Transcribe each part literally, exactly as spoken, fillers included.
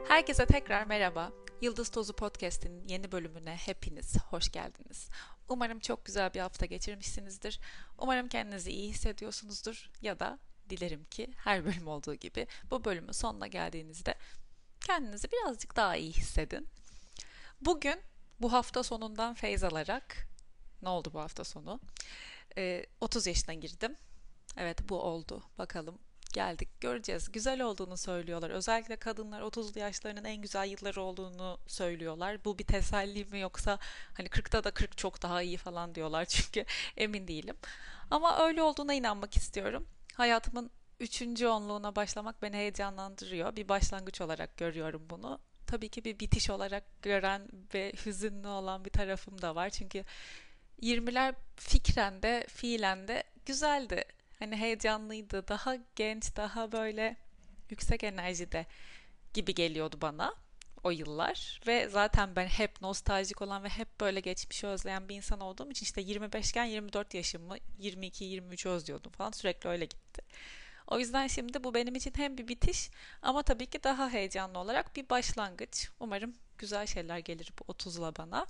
Herkese tekrar merhaba. Yıldız Tozu Podcast'in yeni bölümüne hepiniz hoş geldiniz. Umarım çok güzel bir hafta geçirmişsinizdir. Umarım kendinizi iyi hissediyorsunuzdur ya da dilerim ki her bölüm olduğu gibi bu bölümün sonuna geldiğinizde kendinizi birazcık daha iyi hissedin. Bugün bu hafta sonundan feyz alarak, ne oldu bu hafta sonu? Ee, otuz yaşına girdim. Evet, bu oldu. Bakalım, geldik, göreceğiz. Güzel olduğunu söylüyorlar. Özellikle kadınlar otuzlu yaşlarının en güzel yılları olduğunu söylüyorlar. Bu bir teselli mi, yoksa hani kırkta da kırk çok daha iyi falan diyorlar çünkü emin değilim. Ama öyle olduğuna inanmak istiyorum. Hayatımın üçüncü onluğuna başlamak beni heyecanlandırıyor. Bir başlangıç olarak görüyorum bunu. Tabii ki bir bitiş olarak gören ve hüzünlü olan bir tarafım da var. Çünkü yirmiler fikren de fiilen de güzeldi. Hani heyecanlıydı. Daha genç, daha böyle yüksek enerjide gibi geliyordu bana o yıllar. Ve zaten ben hep nostaljik olan ve hep böyle geçmişi özleyen bir insan olduğum için işte yirmi beşken yirmi dört yaşımı, yirmi iki yirmi üçü özlüyordum falan. Sürekli öyle gitti. O yüzden şimdi bu benim için hem bir bitiş ama tabii ki daha heyecanlı olarak bir başlangıç. Umarım güzel şeyler gelir bu otuzla bana.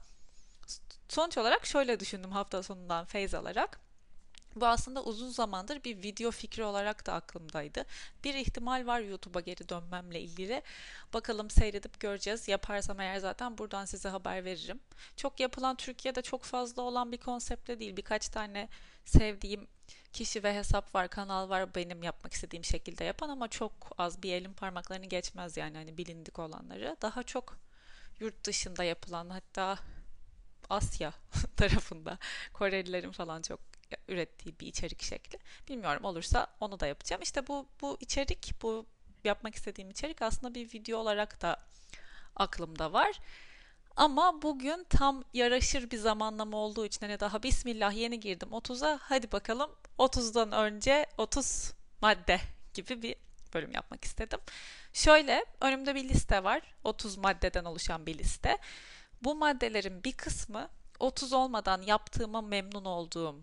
Sonuç olarak şöyle düşündüm hafta sonundan feyz alarak. Bu aslında uzun zamandır bir video fikri olarak da aklımdaydı. Bir ihtimal var YouTube'a geri dönmemle ilgili. Bakalım, seyredip göreceğiz. Yaparsam eğer zaten buradan size haber veririm. Çok yapılan, Türkiye'de çok fazla olan bir konseptle değil. Birkaç tane sevdiğim kişi ve hesap var, kanal var benim yapmak istediğim şekilde yapan, ama çok az, bir elin parmaklarını geçmez yani hani bilindik olanları. Daha çok yurt dışında yapılan, hatta Asya tarafında Korelilerin falan çok ürettiği bir içerik şekli. Bilmiyorum, olursa onu da yapacağım. İşte bu bu içerik, bu yapmak istediğim içerik aslında bir video olarak da aklımda var. Ama bugün tam yaraşır bir zamanlama olduğu için, hani daha bismillah yeni girdim otuza, hadi bakalım otuzdan önce otuz madde gibi bir bölüm yapmak istedim. Şöyle, önümde bir liste var. otuz maddeden oluşan bir liste. Bu maddelerin bir kısmı otuz olmadan yaptığıma memnun olduğum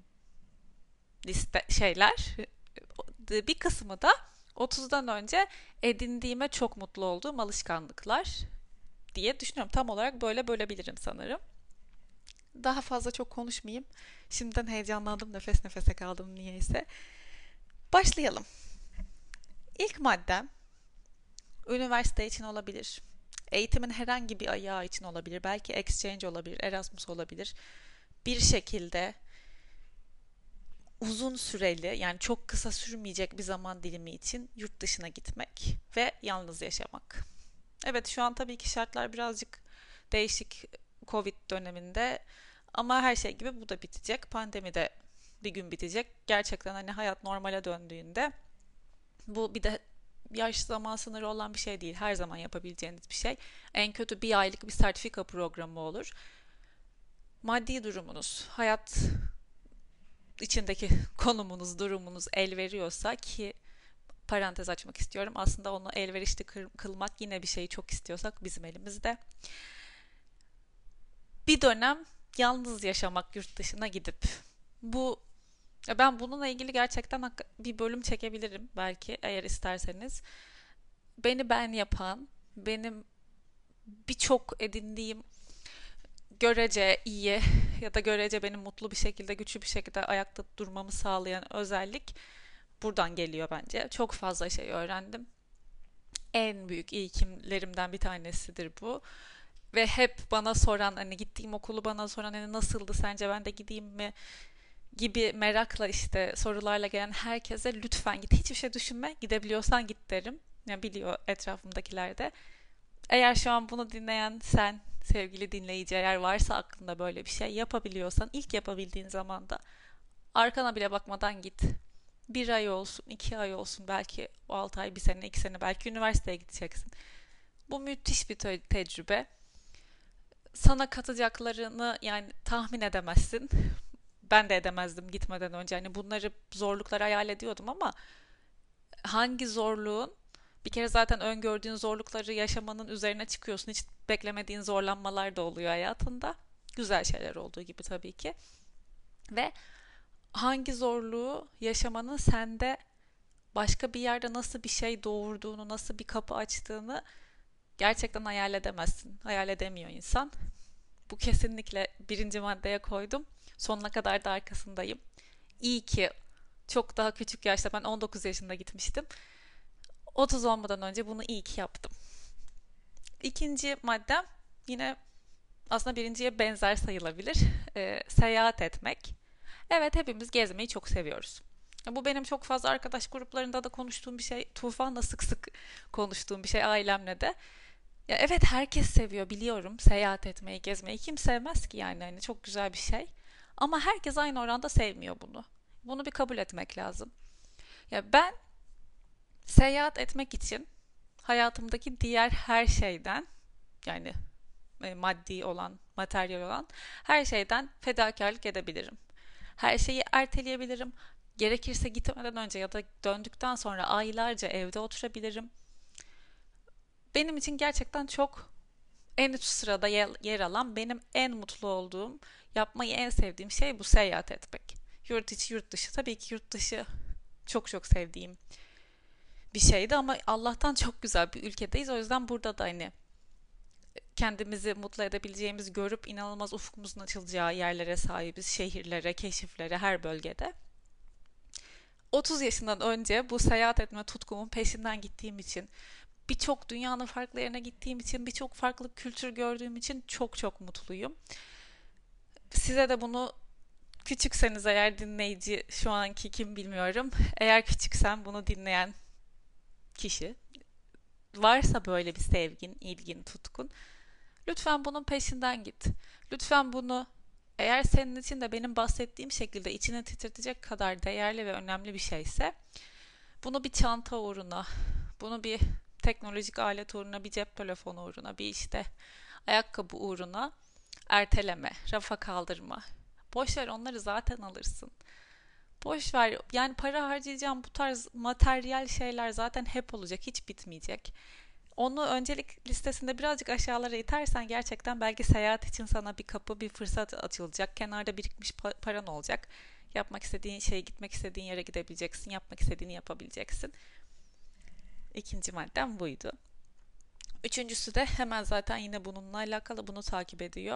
liste şeyler. Bir kısmı da otuzdan önce edindiğime çok mutlu olduğum alışkanlıklar diye düşünüyorum. Tam olarak böyle bölebilirim sanırım. Daha fazla çok konuşmayayım. Şimdiden heyecanlandım, nefes nefese kaldım niyeyse. Başlayalım. İlk maddem üniversite için olabilir. Eğitimin herhangi bir ayağı için olabilir. Belki exchange olabilir, Erasmus olabilir. Bir şekilde uzun süreli, yani çok kısa sürmeyecek bir zaman dilimi için yurt dışına gitmek ve yalnız yaşamak. Evet, şu an tabii ki şartlar birazcık değişik Covid döneminde, ama her şey gibi bu da bitecek. Pandemi de bir gün bitecek. Gerçekten hani hayat normale döndüğünde, bu bir de yaş zaman sınırı olan bir şey değil. Her zaman yapabileceğiniz bir şey. En kötü bir aylık bir sertifika programı olur. Maddi durumunuz, hayat içindeki konumunuz, durumunuz el veriyorsa, ki parantez açmak istiyorum. Aslında onu elverişli kılmak yine bir şeyi çok istiyorsak bizim elimizde. Bir dönem yalnız yaşamak yurt dışına gidip, bu ben bununla ilgili gerçekten bir bölüm çekebilirim belki, eğer isterseniz. Beni ben yapan, benim birçok edindiğim görece iyi ya da görece benim mutlu bir şekilde, güçlü bir şekilde ayakta durmamı sağlayan özellik buradan geliyor bence. Çok fazla şey öğrendim. En büyük ilkimlerimden bir tanesidir bu. Ve hep bana soran, hani gittiğim okulu bana soran, hani nasıldı sence, ben de gideyim mi gibi merakla, işte sorularla gelen herkese lütfen git, hiçbir şey düşünme, gidebiliyorsan git derim. Yani biliyor etrafımdakiler de. Eğer şu an bunu dinleyen sen, sevgili dinleyici, eğer varsa aklında böyle bir şey, yapabiliyorsan ilk yapabildiğin zaman da arkana bile bakmadan git. Bir ay olsun, iki ay olsun, belki altı ay, bir sene, iki sene, belki üniversiteye gideceksin. Bu müthiş bir te- tecrübe. Sana katacaklarını yani tahmin edemezsin. Ben de edemezdim gitmeden önce. Hani bunları, zorlukları hayal ediyordum ama hangi zorluğun, bir kere zaten öngördüğün zorlukları yaşamanın üzerine çıkıyorsun. Hiç beklemediğin zorlanmalar da oluyor hayatında. Güzel şeyler olduğu gibi tabii ki. Ve hangi zorluğu yaşamanın sende başka bir yerde nasıl bir şey doğurduğunu, nasıl bir kapı açtığını Gerçekten hayal edemezsin. Hayal edemiyor insan. Bu kesinlikle birinci maddeye koydum. Sonuna kadar da arkasındayım. İyi ki çok daha küçük yaşta, ben on dokuz yaşında gitmiştim. otuz olmadan önce bunu iyi ki yaptım. İkinci maddem yine aslında birinciye benzer sayılabilir. Ee, seyahat etmek. Evet, hepimiz gezmeyi çok seviyoruz. Bu benim çok fazla arkadaş gruplarında da konuştuğum bir şey. Tufan'la sık sık konuştuğum bir şey, ailemle de. Ya evet, herkes seviyor biliyorum seyahat etmeyi, gezmeyi. Kim sevmez ki yani, hani çok güzel bir şey. Ama herkes aynı oranda sevmiyor bunu. Bunu bir kabul etmek lazım. Ya ben seyahat etmek için hayatımdaki diğer her şeyden, yani e, maddi olan, materyal olan her şeyden fedakarlık edebilirim. Her şeyi erteleyebilirim. Gerekirse gitmeden önce ya da döndükten sonra aylarca evde oturabilirim. Benim için gerçekten çok en üst sırada yer alan, benim en mutlu olduğum, yapmayı en sevdiğim şey bu, seyahat etmek. Yurt içi, yurt dışı. Tabii ki yurt dışı çok çok sevdiğim bir şeydi ama Allah'tan çok güzel bir ülkedeyiz. O yüzden burada da hani kendimizi mutlu edebileceğimiz, görüp inanılmaz ufkumuzun açılacağı yerlere sahibiz. Şehirlere, keşiflere, her bölgede. otuz yaşından önce bu seyahat etme tutkumun peşinden gittiğim için, birçok dünyanın farklı yerine gittiğim için, birçok farklı kültür gördüğüm için çok çok mutluyum. Size de bunu, küçükseniz eğer, dinleyici şu anki kim bilmiyorum. Eğer küçüksen, bunu dinleyen kişi varsa böyle bir sevgin, ilgin, tutkun, lütfen bunun peşinden git. Lütfen bunu, eğer senin için de benim bahsettiğim şekilde içine titretecek kadar değerli ve önemli bir şeyse, bunu bir çanta uğruna, bunu bir teknolojik alet uğruna, bir cep telefonu uğruna, bir işte ayakkabı uğruna erteleme, rafa kaldırma. Boş ver, onları zaten alırsın. Boş ver, yani para harcayacağım bu tarz materyal şeyler zaten hep olacak, hiç bitmeyecek. Onu öncelik listesinde birazcık aşağılara itersen, gerçekten belki seyahat için sana bir kapı, bir fırsat açılacak. Kenarda birikmiş paran olacak. Yapmak istediğin şeye, gitmek istediğin yere gidebileceksin. Yapmak istediğini yapabileceksin. İkinci maddem buydu. Üçüncüsü de hemen zaten yine bununla alakalı, bunu takip ediyor.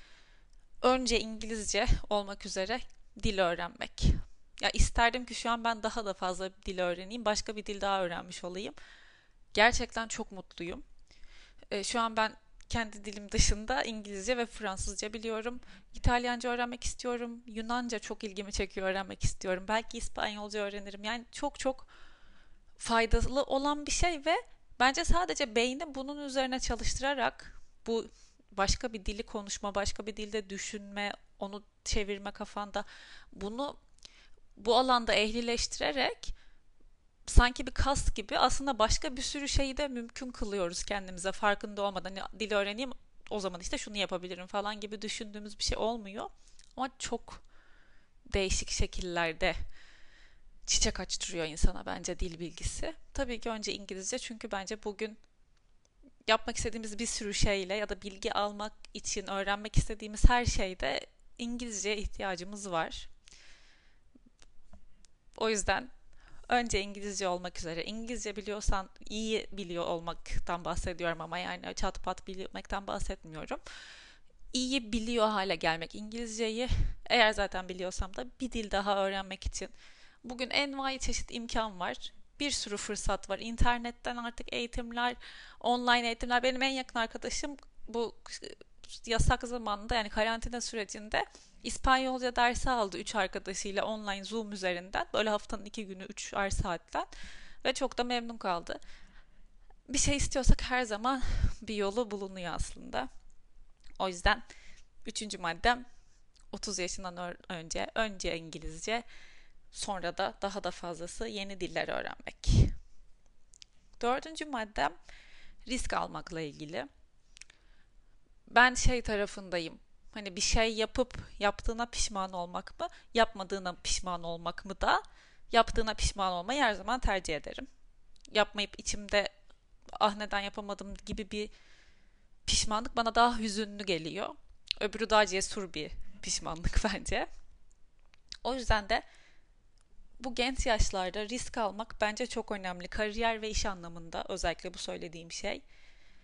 Önce İngilizce olmak üzere dil öğrenmek. Ya isterdim ki şu an ben daha da fazla dil öğreneyim. Başka bir dil daha öğrenmiş olayım. Gerçekten çok mutluyum. E, şu an ben kendi dilim dışında İngilizce ve Fransızca biliyorum. İtalyanca öğrenmek istiyorum. Yunanca çok ilgimi çekiyor, öğrenmek istiyorum. Belki İspanyolca öğrenirim. Yani çok çok faydalı olan bir şey ve bence sadece beyni bunun üzerine çalıştırarak, bu başka bir dili konuşma, başka bir dilde düşünme, onu çevirme kafanda, bunu bu alanda ehlileştirerek sanki bir kas gibi aslında başka bir sürü şeyi de mümkün kılıyoruz kendimize, farkında olmadan. Hani dil öğreneyim, o zaman işte şunu yapabilirim falan gibi düşündüğümüz bir şey olmuyor. Ama çok değişik şekillerde çiçek açtırıyor insana bence dil bilgisi. Tabii ki önce İngilizce, çünkü bence bugün yapmak istediğimiz bir sürü şeyle ya da bilgi almak için öğrenmek istediğimiz her şeyde İngilizceye ihtiyacımız var. O yüzden önce İngilizce olmak üzere. İngilizce biliyorsan, iyi biliyor olmaktan bahsediyorum ama yani çat pat bilmekten bahsetmiyorum. İyi biliyor hale gelmek İngilizceyi, eğer zaten biliyorsam da bir dil daha öğrenmek için. Bugün envai çeşit imkan var. Bir sürü fırsat var. İnternetten artık eğitimler, online eğitimler. Benim en yakın arkadaşım bu yasak zamanında, yani karantina sürecinde İspanyolca dersi aldı üç arkadaşıyla online Zoom üzerinden. Böyle haftanın iki günü üçer saatten ve çok da memnun kaldı. Bir şey istiyorsak her zaman bir yolu bulunuyor aslında. O yüzden üçüncü maddem, otuz yaşından önce önce İngilizce, sonra da daha da fazlası yeni diller öğrenmek. Dördüncü maddem risk almakla ilgili. Ben şey tarafındayım. Hani bir şey yapıp yaptığına pişman olmak mı, yapmadığına pişman olmak mı da, yaptığına pişman olmayı her zaman tercih ederim. Yapmayıp içimde ah neden yapamadım gibi bir pişmanlık bana daha hüzünlü geliyor. Öbürü daha cesur bir pişmanlık bence. O yüzden de bu genç yaşlarda risk almak bence çok önemli. Kariyer ve iş anlamında özellikle bu söylediğim şey.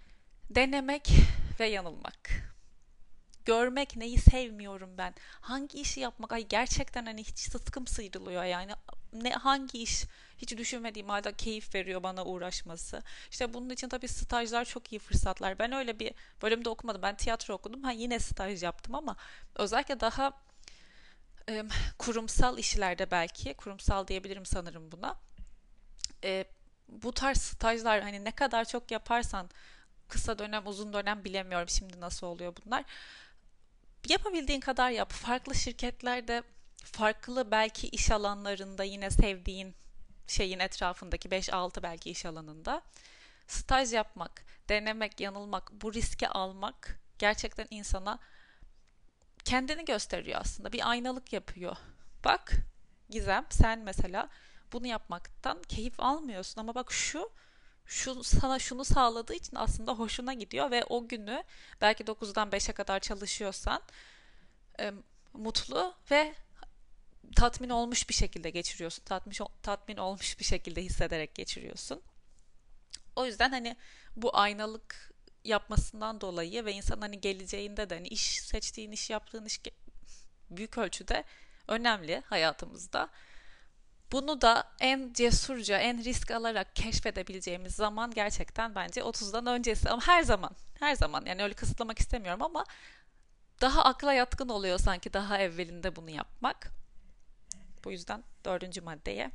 Denemek ve yanılmak. Görmek, neyi sevmiyorum ben. Hangi işi yapmak, ay gerçekten hani hiç sıtkım sıyrılıyor yani. Ne hangi iş hiç düşünmediğim halde keyif veriyor bana uğraşması. İşte bunun için tabii stajlar çok iyi fırsatlar. Ben öyle bir bölümde okumadım. Ben tiyatro okudum. Ha yine staj yaptım ama özellikle daha e, kurumsal işlerde, belki kurumsal diyebilirim sanırım buna. E, Bu tarz stajlar hani ne kadar çok yaparsan, kısa dönem uzun dönem bilemiyorum şimdi nasıl oluyor bunlar. Yapabildiğin kadar yap. Farklı şirketlerde, farklı belki iş alanlarında, yine sevdiğin şeyin etrafındaki beş altı belki iş alanında staj yapmak, denemek, yanılmak, bu riski almak gerçekten insana kendini gösteriyor aslında. Bir aynalık yapıyor. Bak Gizem, sen mesela bunu yapmaktan keyif almıyorsun ama bak şu şu sana şunu sağladığı için aslında hoşuna gidiyor ve o günü belki dokuzdan beşe kadar çalışıyorsan e, mutlu ve tatmin olmuş bir şekilde geçiriyorsun. Tatmin, tatmin olmuş bir şekilde hissederek geçiriyorsun. O yüzden hani bu aynalık yapmasından dolayı ve insan hani geleceğinde de hani iş seçtiğin, iş yaptığın iş büyük ölçüde önemli hayatımızda. Bunu da en cesurca, en risk alarak keşfedebileceğimiz zaman gerçekten bence otuzdan öncesi. Ama her zaman, her zaman yani öyle kısıtlamak istemiyorum ama daha akla yatkın oluyor sanki daha evvelinde bunu yapmak. Bu yüzden dördüncü maddeye,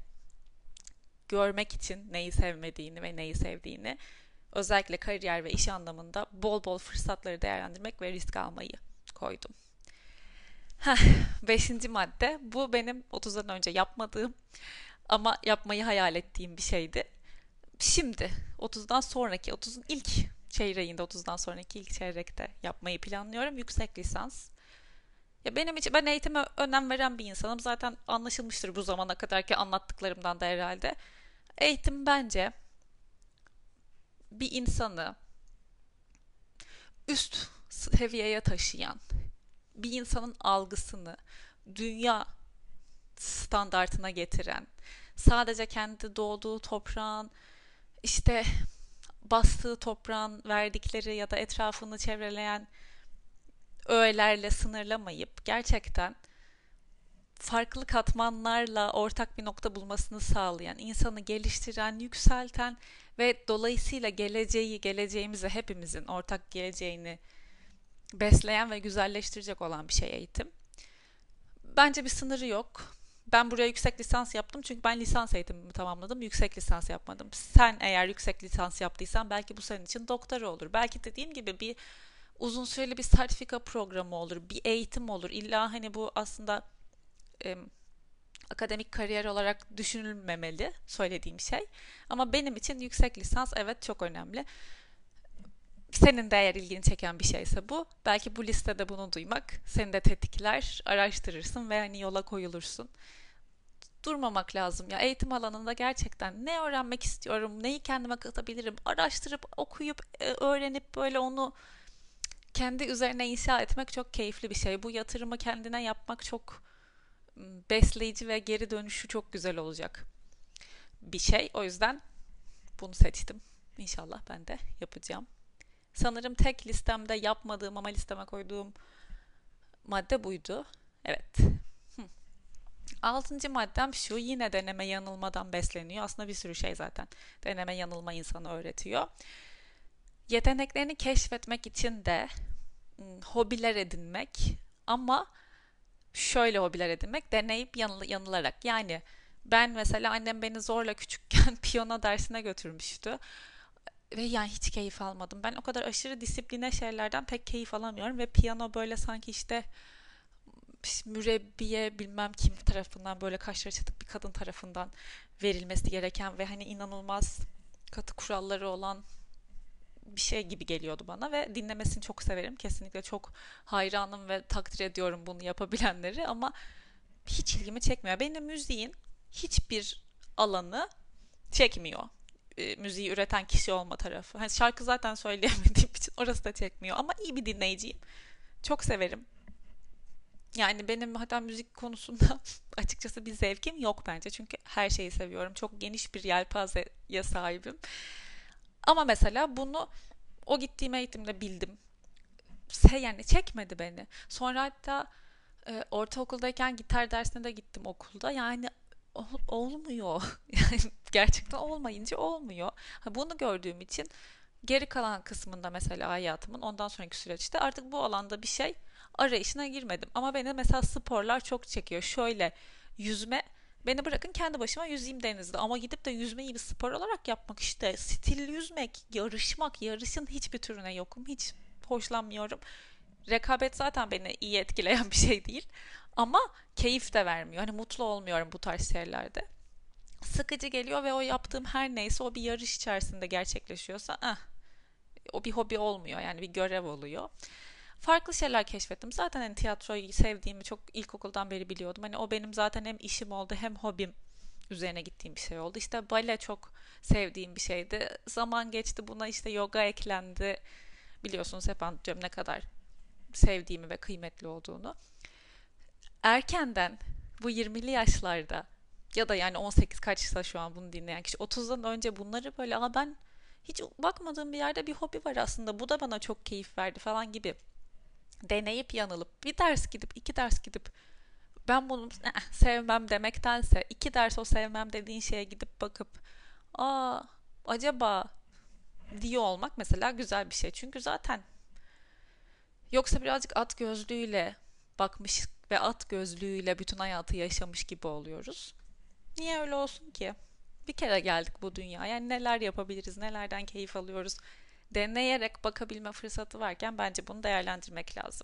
görmek için neyi sevmediğini ve neyi sevdiğini, özellikle kariyer ve iş anlamında bol bol fırsatları değerlendirmek ve risk almayı koydum. Heh, beşinci madde, bu benim otuzdan önce yapmadığım ama yapmayı hayal ettiğim bir şeydi. Şimdi otuzdan sonraki, otuzun ilk çeyreğinde, otuzdan sonraki ilk çeyrekte yapmayı planlıyorum. Yüksek lisans. Ya benim için, ben eğitime önem veren bir insanım. Zaten anlaşılmıştır bu zamana kadarki anlattıklarımdan da herhalde. Eğitim bence bir insanı üst seviyeye taşıyan, bir insanın algısını dünya standartına getiren, sadece kendi doğduğu toprağın, işte bastığı toprağın verdikleri ya da etrafını çevreleyen öğelerle sınırlamayıp gerçekten farklı katmanlarla ortak bir nokta bulmasını sağlayan, insanı geliştiren, yükselten ve dolayısıyla geleceği, geleceğimizi, hepimizin ortak geleceğini besleyen ve güzelleştirecek olan bir şey eğitim. Bence bir sınırı yok. Ben buraya yüksek lisans yaptım çünkü ben lisans eğitimimi tamamladım. Yüksek lisans yapmadım. Sen eğer yüksek lisans yaptıysan belki bu senin için doktora olur. Belki dediğim gibi bir uzun süreli bir sertifika programı olur. Bir eğitim olur. İlla hani bu aslında e, akademik kariyer olarak düşünülmemeli söylediğim şey. Ama benim için yüksek lisans evet çok önemli. Senin de eğer ilgini çeken bir şeyse bu, belki bu listede bunu duymak seni de tetikler, araştırırsın ve hani yola koyulursun. Durmamak lazım ya. Eğitim alanında gerçekten ne öğrenmek istiyorum, neyi kendime katabilirim, araştırıp, okuyup, e, öğrenip böyle onu kendi üzerine inşa etmek çok keyifli bir şey. Bu yatırımı kendine yapmak çok besleyici ve geri dönüşü çok güzel olacak bir şey. O yüzden bunu seçtim. İnşallah ben de yapacağım. Sanırım tek listemde yapmadığım ama listeme koyduğum madde buydu. Evet. Altıncı maddem şu, yine deneme yanılmadan besleniyor. Aslında bir sürü şey zaten deneme yanılma insanı öğretiyor. Yeteneklerini keşfetmek için de hobiler edinmek, ama şöyle hobiler edinmek, deneyip yanıl yanılarak. Yani ben mesela, annem beni zorla küçükken piyano dersine götürmüştü. Ve yani hiç keyif almadım. Ben o kadar aşırı disipline şeylerden pek keyif alamıyorum. Ve piyano böyle sanki işte mürebbiye bilmem kim tarafından, böyle kaşları çatık bir kadın tarafından verilmesi gereken ve hani inanılmaz katı kuralları olan bir şey gibi geliyordu bana ve dinlemesini çok severim. Kesinlikle çok hayranım ve takdir ediyorum bunu yapabilenleri ama hiç ilgimi çekmiyor. Benim müziğin hiçbir alanı çekmiyor. E, müziği üreten kişi olma tarafı. Hani şarkı zaten söyleyemediğim için orası da çekmiyor ama iyi bir dinleyiciyim. Çok severim. Yani benim hatta müzik konusunda açıkçası bir zevkim yok bence. Çünkü her şeyi seviyorum. Çok geniş bir yelpazeye sahibim. Ama mesela bunu O gittiğim eğitimde bildim. Se yani çekmedi beni. Sonra hatta e, ortaokuldayken gitar dersine de gittim okulda. Yani ol- olmuyor. Yani gerçekten olmayınca olmuyor. Ha, bunu gördüğüm için geri kalan kısmında mesela hayatımın ondan sonraki süreçte artık bu alanda bir şey arayışına girmedim. Ama beni mesela sporlar çok çekiyor. Şöyle yüzme, beni bırakın kendi başıma yüzeyim denizde ama gidip de yüzmeyi bir spor olarak yapmak, işte stil yüzmek, yarışmak, yarışın hiçbir türüne yokum. Hiç hoşlanmıyorum. Rekabet zaten beni iyi etkileyen bir şey değil. Ama keyif de vermiyor. Hani mutlu olmuyorum bu tarz şeylerde. Sıkıcı geliyor ve o yaptığım her neyse o bir yarış içerisinde gerçekleşiyorsa ah, o bir hobi olmuyor, yani bir görev oluyor. Farklı şeyler keşfettim. Zaten hani tiyatroyu sevdiğimi çok ilkokuldan beri biliyordum. Hani o benim zaten hem işim oldu hem hobim üzerine gittiğim bir şey oldu. İşte bale çok sevdiğim bir şeydi. Zaman geçti, buna işte yoga eklendi. Biliyorsunuz, hep anlatıyorum ne kadar sevdiğimi ve kıymetli olduğunu. Erkenden, bu yirmili yaşlarda ya da yani on sekiz kaçsa şu an bunu dinleyen kişi, otuzdan önce bunları böyle, ama ben hiç bakmadığım bir yerde bir hobi var aslında, bu da bana çok keyif verdi falan gibi deneyip yanılıp bir ders gidip iki ders gidip ben bunu eh, sevmem demektense iki ders o sevmem dediğin şeye gidip bakıp aa acaba diyor olmak mesela güzel bir şey. Çünkü zaten yoksa birazcık at gözlüğüyle bakmış ve at gözlüğüyle bütün hayatı yaşamış gibi oluyoruz. Niye öyle olsun ki? Bir kere geldik bu dünyaya. Yani neler yapabiliriz, nelerden keyif alıyoruz. Deneyerek bakabilme fırsatı varken bence bunu değerlendirmek lazım.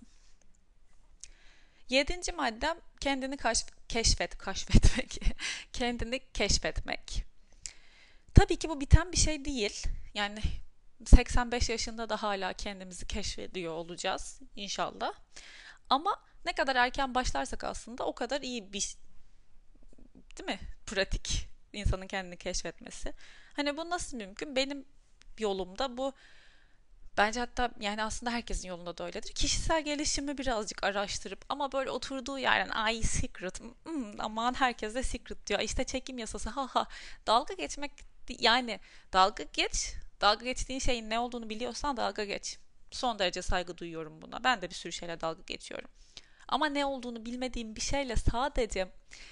Yedinci maddem kendini kaş- keşfet, keşfetmek. Kendini keşfetmek. Tabii ki bu biten bir şey değil. Yani seksen beş yaşında da hala kendimizi keşfediyor olacağız inşallah. Ama ne kadar erken başlarsak aslında o kadar iyi bir, değil mi? Pratik, insanın kendini keşfetmesi. Hani bu nasıl mümkün? Benim yolumda bu, bence hatta yani aslında herkesin yolunda da öyledir. Kişisel gelişimi birazcık araştırıp ama böyle oturduğu yerden ay secret, hmm, aman herkes de secret diyor. İşte çekim yasası, ha ha, dalga geçmek, yani dalga geç. Dalga geçtiğin şeyin ne olduğunu biliyorsan dalga geç. Son derece saygı duyuyorum buna. Ben de bir sürü şeyle dalga geçiyorum. Ama ne olduğunu bilmediğim bir şeyle sadece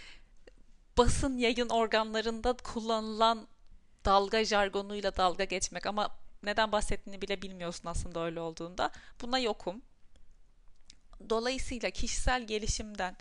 basın yayın organlarında kullanılan dalga jargonuyla dalga geçmek, ama neden bahsettiğini bile bilmiyorsun aslında öyle olduğunda. Buna yokum. Dolayısıyla kişisel gelişimden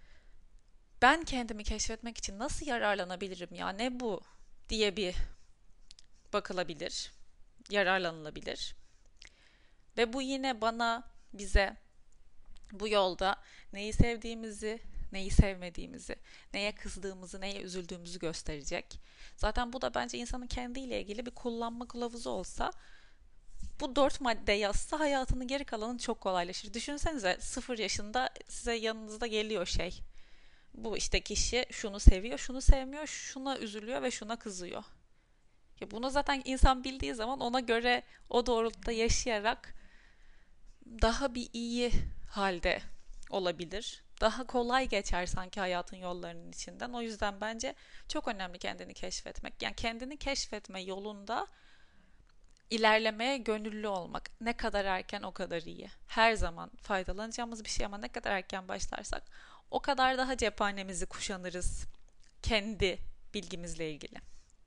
ben kendimi keşfetmek için nasıl yararlanabilirim, ya ne bu diye bir bakılabilir, yararlanılabilir. Ve bu yine bana, bize bu yolda neyi sevdiğimizi, neyi sevmediğimizi, neye kızdığımızı, neye üzüldüğümüzü gösterecek. Zaten bu da bence insanın kendiyle ilgili bir kullanma kılavuzu olsa, bu dört madde yazsa hayatının geri kalanı çok kolaylaşır. Düşünsenize, sıfır yaşında size yanınızda geliyor şey. Bu işte kişi şunu seviyor, şunu sevmiyor, şuna üzülüyor ve şuna kızıyor. Ya bunu zaten insan bildiği zaman ona göre o doğrultuda yaşayarak daha bir iyi halde olabilir. Daha kolay geçer sanki hayatın yollarının içinden. O yüzden bence çok önemli kendini keşfetmek. Yani kendini keşfetme yolunda ilerlemeye gönüllü olmak. Ne kadar erken o kadar iyi. Her zaman faydalanacağımız bir şey ama ne kadar erken başlarsak o kadar daha cephanemizi kuşanırız kendi bilgimizle ilgili.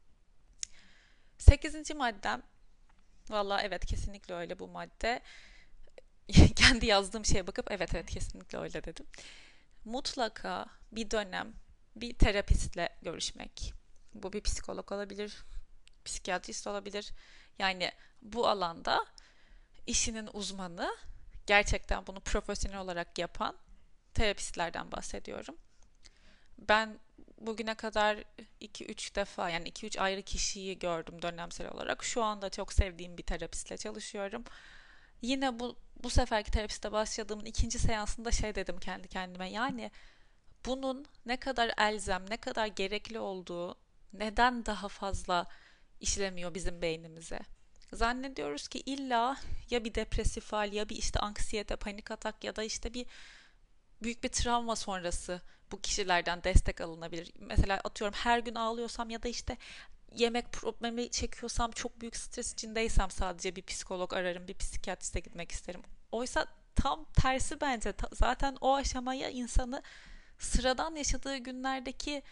Sekizinci maddem, valla evet kesinlikle öyle bu madde. Kendi yazdığım şeye bakıp evet evet kesinlikle öyle dedim. Mutlaka bir dönem bir terapistle görüşmek. Bu bir psikolog olabilir, psikiyatrist olabilir. Yani bu alanda işinin uzmanı, gerçekten bunu profesyonel olarak yapan terapistlerden bahsediyorum. Ben bugüne kadar iki üç defa, yani iki üç ayrı kişiyi gördüm dönemsel olarak. Şu anda çok sevdiğim bir terapistle çalışıyorum. Yine bu bu seferki terapiste başladığımın ikinci seansında şey dedim kendi kendime. Yani bunun ne kadar elzem, ne kadar gerekli olduğu, neden daha fazla işlemiyor bizim beynimize? Zannediyoruz ki illa ya bir depresif hal, ya bir işte anksiyete, panik atak ya da işte bir büyük bir travma sonrası bu kişilerden destek alınabilir. Mesela atıyorum her gün ağlıyorsam ya da işte yemek problemi çekiyorsam, çok büyük stres içindeysem sadece bir psikolog ararım, bir psikiyatriste gitmek isterim. Oysa tam tersi bence. Ta- zaten o aşamaya insanı sıradan yaşadığı günlerdeki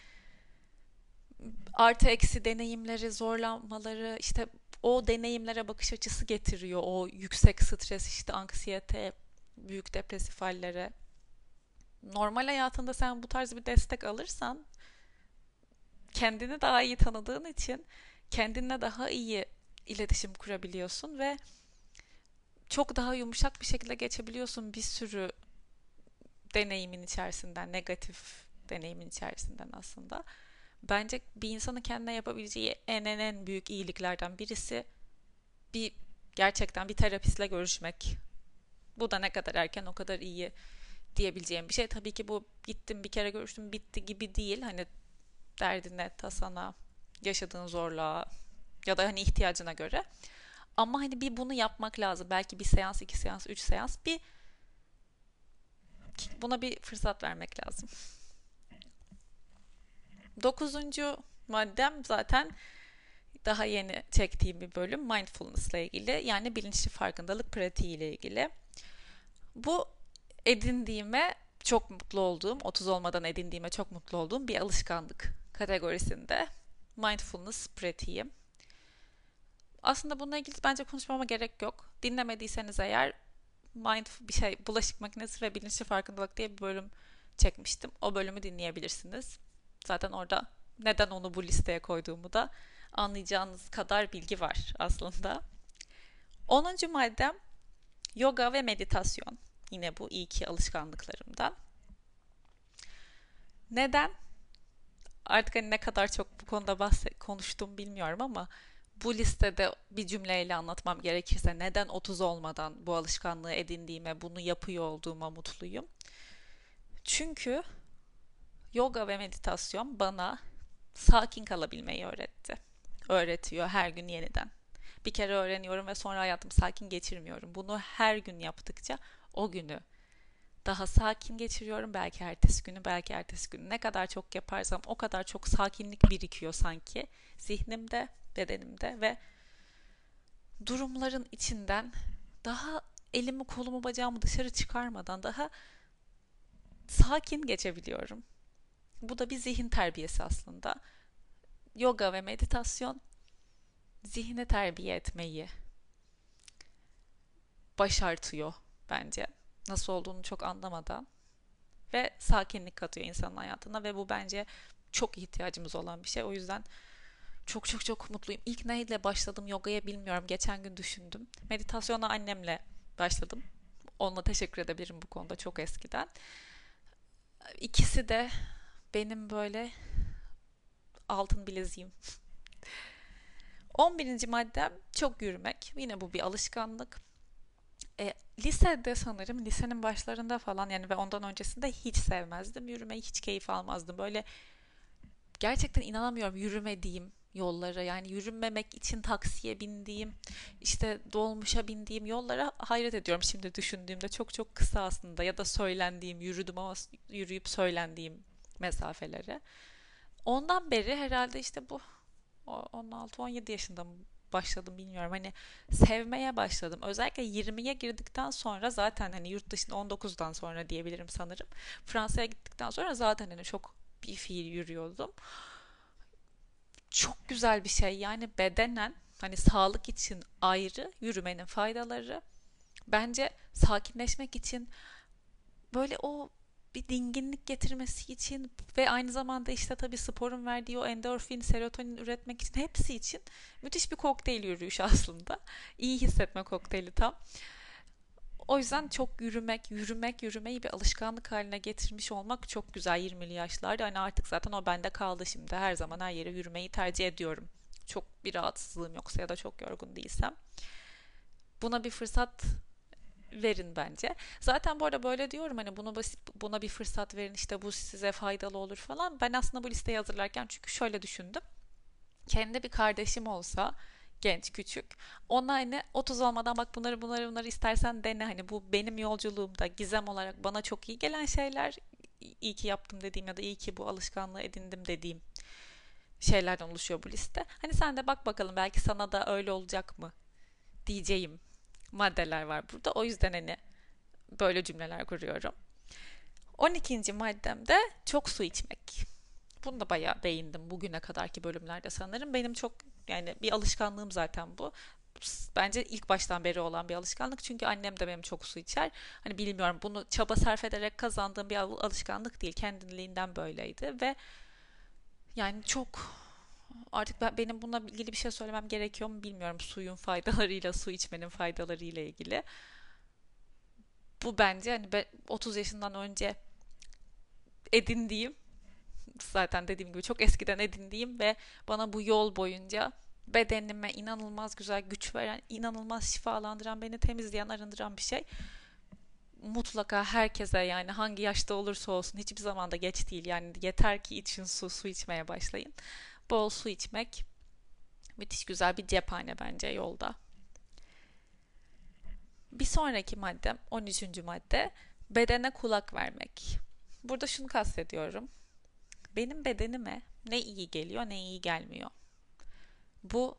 artı eksi deneyimleri, zorlanmaları, işte o deneyimlere bakış açısı getiriyor. O yüksek stres, işte anksiyete, büyük depresif hallere. Normal hayatında sen bu tarz bir destek alırsan kendini daha iyi tanıdığın için kendinle daha iyi iletişim kurabiliyorsun ve çok daha yumuşak bir şekilde geçebiliyorsun bir sürü deneyimin içerisinden, negatif deneyimin içerisinden aslında. Bence bir insanın kendine yapabileceği en en en büyük iyiliklerden birisi bir gerçekten bir terapistle görüşmek. Bu da ne kadar erken o kadar iyi diyebileceğim bir şey. Tabii ki bu gittim bir kere görüştüm bitti gibi değil. Hani derdine, tasana, yaşadığın zorluğa ya da hani ihtiyacına göre. Ama hani bir bunu yapmak lazım. Belki bir seans, iki seans, üç seans bir buna bir fırsat vermek lazım. Dokuzuncu maddem zaten daha yeni çektiğim bir bölüm mindfulness ile ilgili yani bilinçli farkındalık pratiği ile ilgili. Bu edindiğime çok mutlu olduğum, otuz olmadan edindiğime çok mutlu olduğum bir alışkanlık kategorisinde mindfulness pratiği. Aslında bununla ilgili bence konuşmama gerek yok. Dinlemediyseniz eğer mind bir şey bulaşık makinesi ve bilinçli farkındalık diye bir bölüm çekmiştim. O bölümü dinleyebilirsiniz. Zaten orada neden onu bu listeye koyduğumu da anlayacağınız kadar bilgi var aslında. Onuncu maddem yoga ve meditasyon. Yine bu iyi ki alışkanlıklarımdan. Neden? Artık hani ne kadar çok bu konuda bahse- konuştum bilmiyorum ama bu listede bir cümleyle anlatmam gerekirse neden otuz olmadan bu alışkanlığı edindiğime, bunu yapıyor olduğuma mutluyum. Çünkü yoga ve meditasyon bana sakin kalabilmeyi öğretti. Öğretiyor her gün yeniden. Bir kere öğreniyorum ve sonra hayatımı sakin geçirmiyorum. Bunu her gün yaptıkça o günü daha sakin geçiriyorum. Belki ertesi günü, belki ertesi günü. Ne kadar çok yaparsam o kadar çok sakinlik birikiyor sanki zihnimde, bedenimde ve durumların içinden daha elimi, kolumu, bacağımı dışarı çıkarmadan daha sakin geçebiliyorum. Bu da bir zihin terbiyesi aslında. Yoga ve meditasyon zihni terbiye etmeyi başartıyor bence. Nasıl olduğunu çok anlamadan ve sakinlik katıyor insanın hayatına ve bu bence çok ihtiyacımız olan bir şey. O yüzden çok çok çok mutluyum. İlk neyle başladım yogaya bilmiyorum. Geçen gün düşündüm. Meditasyona annemle başladım. Onunla teşekkür edebilirim bu konuda çok eskiden. İkisi de benim böyle altın bileziğim. on birinci maddem çok yürümek. Yine bu bir alışkanlık. E, lisede sanırım lisenin başlarında falan yani ve ondan öncesinde hiç sevmezdim. Yürümeyi hiç keyif almazdım. Böyle gerçekten inanamıyorum yürümediğim yollara yani yürümemek için taksiye bindiğim işte dolmuşa bindiğim yollara hayret ediyorum şimdi düşündüğümde çok çok kısa aslında ya da söylendiğim yürüdüm ama yürüyüp söylendiğim mesafelere. Ondan beri herhalde işte bu on altı on yedi yaşında mı başladım bilmiyorum. Hani sevmeye başladım. Özellikle yirmiye girdikten sonra zaten hani yurt dışında on dokuzdan sonra diyebilirim sanırım. Fransa'ya gittikten sonra zaten hani çok bir fiil yürüyordum. Çok güzel bir şey. Yani bedenen hani sağlık için ayrı yürümenin faydaları. Bence sakinleşmek için böyle o bir dinginlik getirmesi için ve aynı zamanda işte tabii sporun verdiği o endorfin, serotonin üretmek için hepsi için müthiş bir kokteyl yürüyüş aslında. İyi hissetme kokteyli tam. O yüzden çok yürümek, yürümek, yürümeyi bir alışkanlık haline getirmiş olmak çok güzel yirmili yaşlarda. Hani artık zaten o bende kaldı şimdi. Her zaman her yere yürümeyi tercih ediyorum. Çok bir rahatsızlığım yoksa ya da çok yorgun değilsem. Buna bir fırsat verin bence. Zaten bu arada böyle diyorum hani bunu buna bir fırsat verin işte bu size faydalı olur falan. Ben aslında bu listeyi hazırlarken çünkü şöyle düşündüm. Kendi bir kardeşim olsa genç küçük ona hani otuz olmadan bak bunları bunları bunları istersen dene hani bu benim yolculuğumda gizem olarak bana çok iyi gelen şeyler iyi ki yaptım dediğim ya da iyi ki bu alışkanlığı edindim dediğim şeylerden oluşuyor bu liste. Hani sen de bak bakalım, belki sana da öyle olacak mı diyeceğim maddeler var burada. O yüzden hani böyle cümleler kuruyorum. on ikinci maddem de çok su içmek. Bunu da bayağı değindim bugüne kadarki bölümlerde sanırım. Benim çok, yani bir alışkanlığım zaten bu. Bence ilk baştan beri olan bir alışkanlık. Çünkü annem de benim çok su içer. Hani bilmiyorum, bunu çaba sarf ederek kazandığım bir alışkanlık değil. Kendiliğinden böyleydi ve yani çok, artık ben, benim bununla ilgili bir şey söylemem gerekiyor mu bilmiyorum. Suyun faydalarıyla, su içmenin faydalarıyla ilgili. Bu bence hani ben otuz yaşından önce edindiğim, zaten dediğim gibi çok eskiden edindiğim ve bana bu yol boyunca bedenime inanılmaz güzel güç veren, inanılmaz şifalandıran, beni temizleyen, arındıran bir şey. Mutlaka herkese, yani hangi yaşta olursa olsun, hiçbir zaman da geç değil. Yani yeter ki için su, su içmeye başlayın. Bol su içmek müthiş güzel bir cephane bence yolda. Bir sonraki maddem, on üçüncü madde, bedene kulak vermek. Burada şunu kastediyorum. Benim bedenime ne iyi geliyor ne iyi gelmiyor. Bu,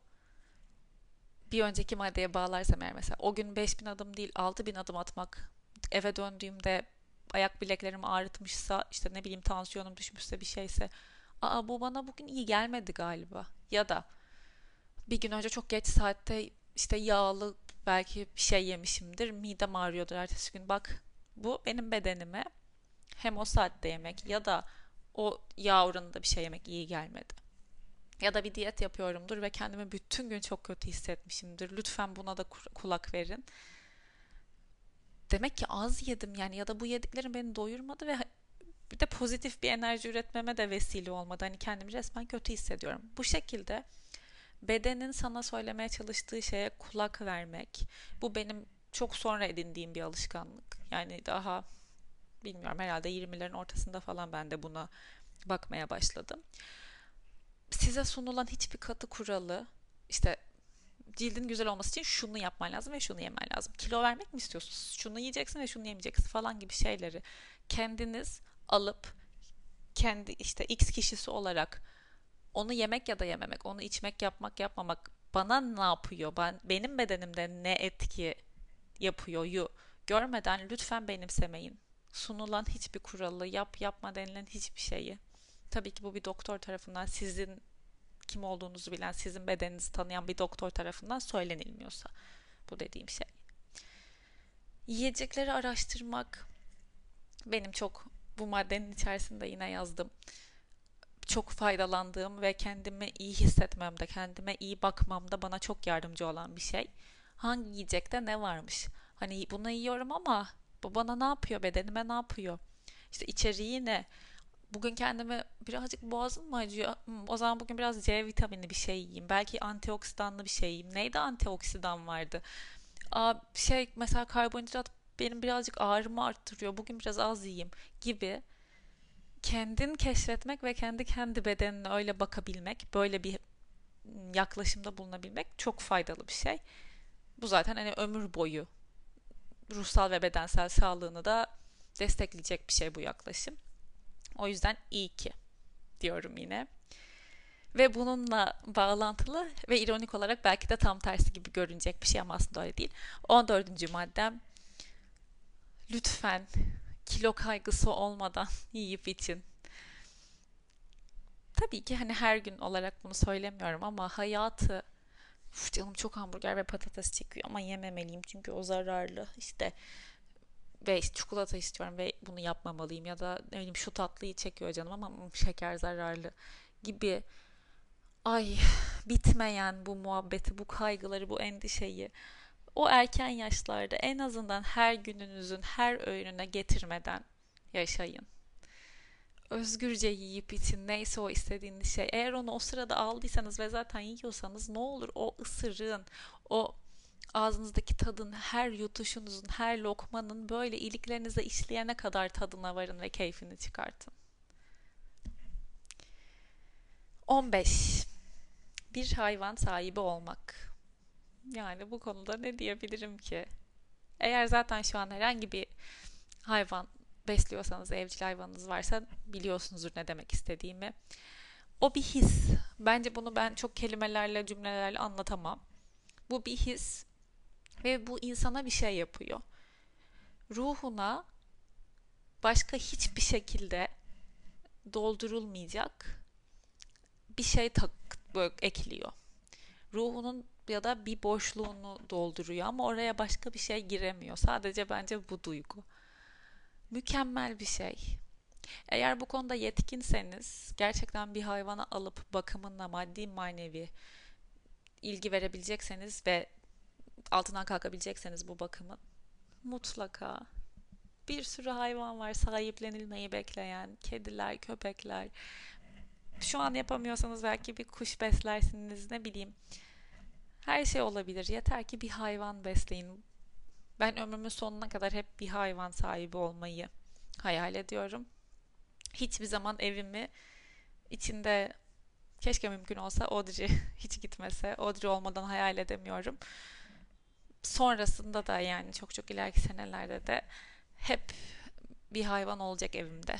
bir önceki maddeye bağlarsam eğer, mesela o gün beş bin adım değil altı bin adım atmak, eve döndüğümde ayak bileklerim ağrıtmışsa, işte ne bileyim tansiyonum düşmüşse, bir şeyse, aa bu bana bugün iyi gelmedi galiba. Ya da bir gün önce çok geç saatte işte yağlı belki bir şey yemişimdir, midem ağrıyordur ertesi gün, bak bu benim bedenime hem o saatte yemek ya da o yağ oranında bir şey yemek iyi gelmedi. Ya da bir diyet yapıyorumdur ve kendimi bütün gün çok kötü hissetmişimdir. Lütfen buna da kulak verin. Demek ki az yedim yani, ya da bu yediklerim beni doyurmadı ve bir de pozitif bir enerji üretmeme de vesile olmadı. Hani kendimi resmen kötü hissediyorum. Bu şekilde bedenin sana söylemeye çalıştığı şeye kulak vermek. Bu benim çok sonra edindiğim bir alışkanlık. Yani daha bilmiyorum, herhalde yirmilerin ortasında falan ben de buna bakmaya başladım. Size sunulan hiçbir katı kuralı, işte cildin güzel olması için şunu yapman lazım ve şunu yemen lazım. Kilo vermek mi istiyorsunuz? Şunu yiyeceksin ve şunu yemeyeceksin falan gibi şeyleri kendiniz alıp, kendi işte X kişisi olarak onu yemek ya da yememek, onu içmek, yapmak, yapmamak bana ne yapıyor? Ben, benim bedenimde ne etki yapıyor yu görmeden lütfen benimsemeyin. Sunulan hiçbir kuralı, yap yapma denilen hiçbir şeyi. Tabii ki bu bir doktor tarafından, sizin kim olduğunuzu bilen, sizin bedeninizi tanıyan bir doktor tarafından söylenilmiyorsa bu dediğim şey. Yiyecekleri araştırmak benim çok, bu maddenin içerisinde yine yazdım, çok faydalandığım ve kendimi iyi hissetmemde, kendime iyi bakmamda bana çok yardımcı olan bir şey. Hangi yiyecekte ne varmış? Hani bunu yiyorum ama bu bana ne yapıyor, bedenime ne yapıyor? İşte içeriği ne? Bugün kendime birazcık boğazım mı acıyor? Hmm, o zaman bugün biraz C vitamini bir şey yiyeyim. Belki antioksidanlı bir şey yiyeyim. Neydi antioksidan vardı? Aa, şey mesela karbonhidrat benim birazcık ağrımı arttırıyor. Bugün biraz az yiyeyim gibi. Kendin keşfetmek ve kendi kendi bedenine öyle bakabilmek, böyle bir yaklaşımda bulunabilmek çok faydalı bir şey. Bu zaten hani ömür boyu ruhsal ve bedensel sağlığını da destekleyecek bir şey bu yaklaşım. O yüzden iyi ki diyorum yine. Ve bununla bağlantılı ve ironik olarak belki de tam tersi gibi görünecek bir şey ama aslında öyle değil. on dördüncü maddem, lütfen kilo kaygısı olmadan yiyip için. Tabii ki hani her gün olarak bunu söylemiyorum ama hayatı, uf canım çok hamburger ve patates çekiyor ama yememeliyim çünkü o zararlı işte, ve işte çikolata istiyorum ve bunu yapmamalıyım, ya da ne bileyim şu tatlıyı çekiyor canım ama şeker zararlı gibi. Ay, bitmeyen bu muhabbeti, bu kaygıları, bu endişeyi o erken yaşlarda en azından her gününüzün her öğününe getirmeden yaşayın. Özgürce yiyip için, neyse o istediğiniz şey. Eğer onu o sırada aldıysanız ve zaten yiyorsanız, ne olur o ısırığın, o ağzınızdaki tadın, her yutuşunuzun, her lokmanın böyle iliklerinize işleyene kadar tadına varın ve keyfini çıkartın. on beş. Bir hayvan sahibi olmak. Yani bu konuda ne diyebilirim ki? Eğer zaten şu an herhangi bir hayvan besliyorsanız, evcil hayvanınız varsa biliyorsunuzdur ne demek istediğimi. O bir his. Bence bunu ben çok kelimelerle, cümlelerle anlatamam. Bu bir his ve bu insana bir şey yapıyor. Ruhuna başka hiçbir şekilde doldurulmayacak bir şey tak böyle ekliyor. Ruhunun ya da bir boşluğunu dolduruyor ama oraya başka bir şey giremiyor. Sadece bence bu duygu. Mükemmel bir şey. Eğer bu konuda yetkinseniz, gerçekten bir hayvana alıp bakımına maddi manevi ilgi verebilecekseniz ve altından kalkabilecekseniz bu bakımın, mutlaka bir sürü hayvan var sahiplenilmeyi bekleyen, kediler, köpekler. Şu an yapamıyorsanız belki bir kuş beslersiniz, ne bileyim. Her şey olabilir. Yeter ki bir hayvan besleyin. Ben ömrümün sonuna kadar hep bir hayvan sahibi olmayı hayal ediyorum. Hiçbir zaman evimi içinde, keşke mümkün olsa Audrey hiç gitmese, Audrey olmadan hayal edemiyorum. Sonrasında da yani çok çok ileriki senelerde de hep bir hayvan olacak evimde.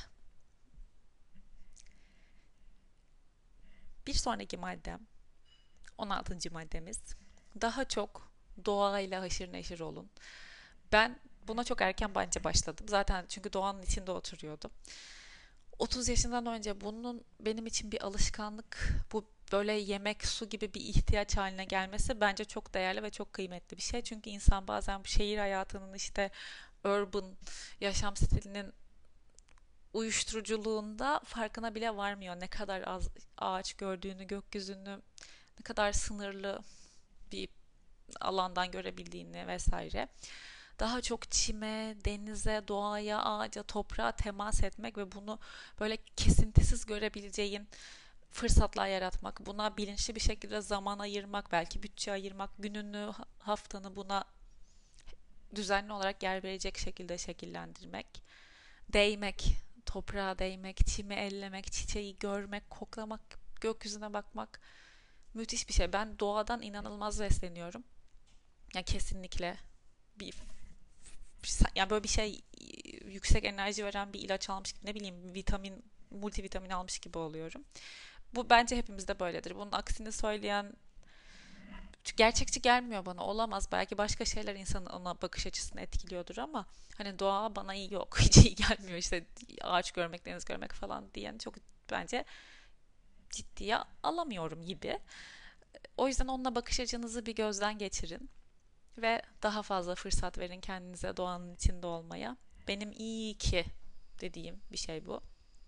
Bir sonraki maddem, on altıncı maddemiz. Daha çok doğayla haşır neşir olun. Ben buna çok erken bence başladım. Zaten çünkü doğanın içinde oturuyordum. otuz yaşından önce bunun benim için bir alışkanlık, bu böyle yemek, su gibi bir ihtiyaç haline gelmesi bence çok değerli ve çok kıymetli bir şey. Çünkü insan bazen bu şehir hayatının işte urban yaşam stilinin uyuşturuculuğunda farkına bile varmıyor. Ne kadar az ağaç gördüğünü, gökyüzünü ne kadar sınırlı bir alandan görebildiğini vesaire. Daha çok çime, denize, doğaya, ağaca, toprağa temas etmek ve bunu böyle kesintisiz görebileceğin fırsatlar yaratmak, buna bilinçli bir şekilde zaman ayırmak, belki bütçe ayırmak, gününü, haftanı buna düzenli olarak yer verecek şekilde şekillendirmek, değmek, toprağa değmek, çimi ellemek, çiçeği görmek, koklamak, gökyüzüne bakmak müthiş bir şey. Ben doğadan inanılmaz besleniyorum. Ya kesinlikle bir, yani böyle bir şey, yüksek enerji veren bir ilaç almış gibi, ne bileyim, vitamin, multivitamin almış gibi oluyorum. Bu bence hepimizde böyledir. Bunun aksini söyleyen gerçekçi gelmiyor bana. Olamaz. Belki başka şeyler insanın ona bakış açısını etkiliyordur ama hani doğa bana iyi yok. Hiç iyi gelmiyor. İşte ağaç görmek, deniz görmek falan diyen çok bence ciddiye alamıyorum gibi. O yüzden onunla bakış açınızı bir gözden geçirin ve daha fazla fırsat verin kendinize doğanın içinde olmaya. Benim iyi ki dediğim bir şey bu.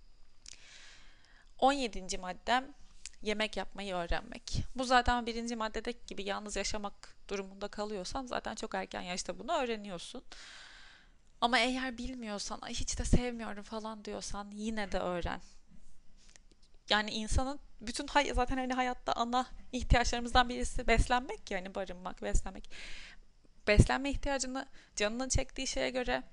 on yedinci maddem, yemek yapmayı öğrenmek. Bu zaten birinci maddedeki gibi yalnız yaşamak durumunda kalıyorsan zaten çok erken yaşta bunu öğreniyorsun. Ama eğer bilmiyorsan, ay hiç de sevmiyorum falan diyorsan yine de öğren. Yani insanın bütün hay- zaten hani hayatta ana ihtiyaçlarımızdan birisi beslenmek, yani barınmak, beslenmek. Beslenme ihtiyacını canının çektiği şeye göre,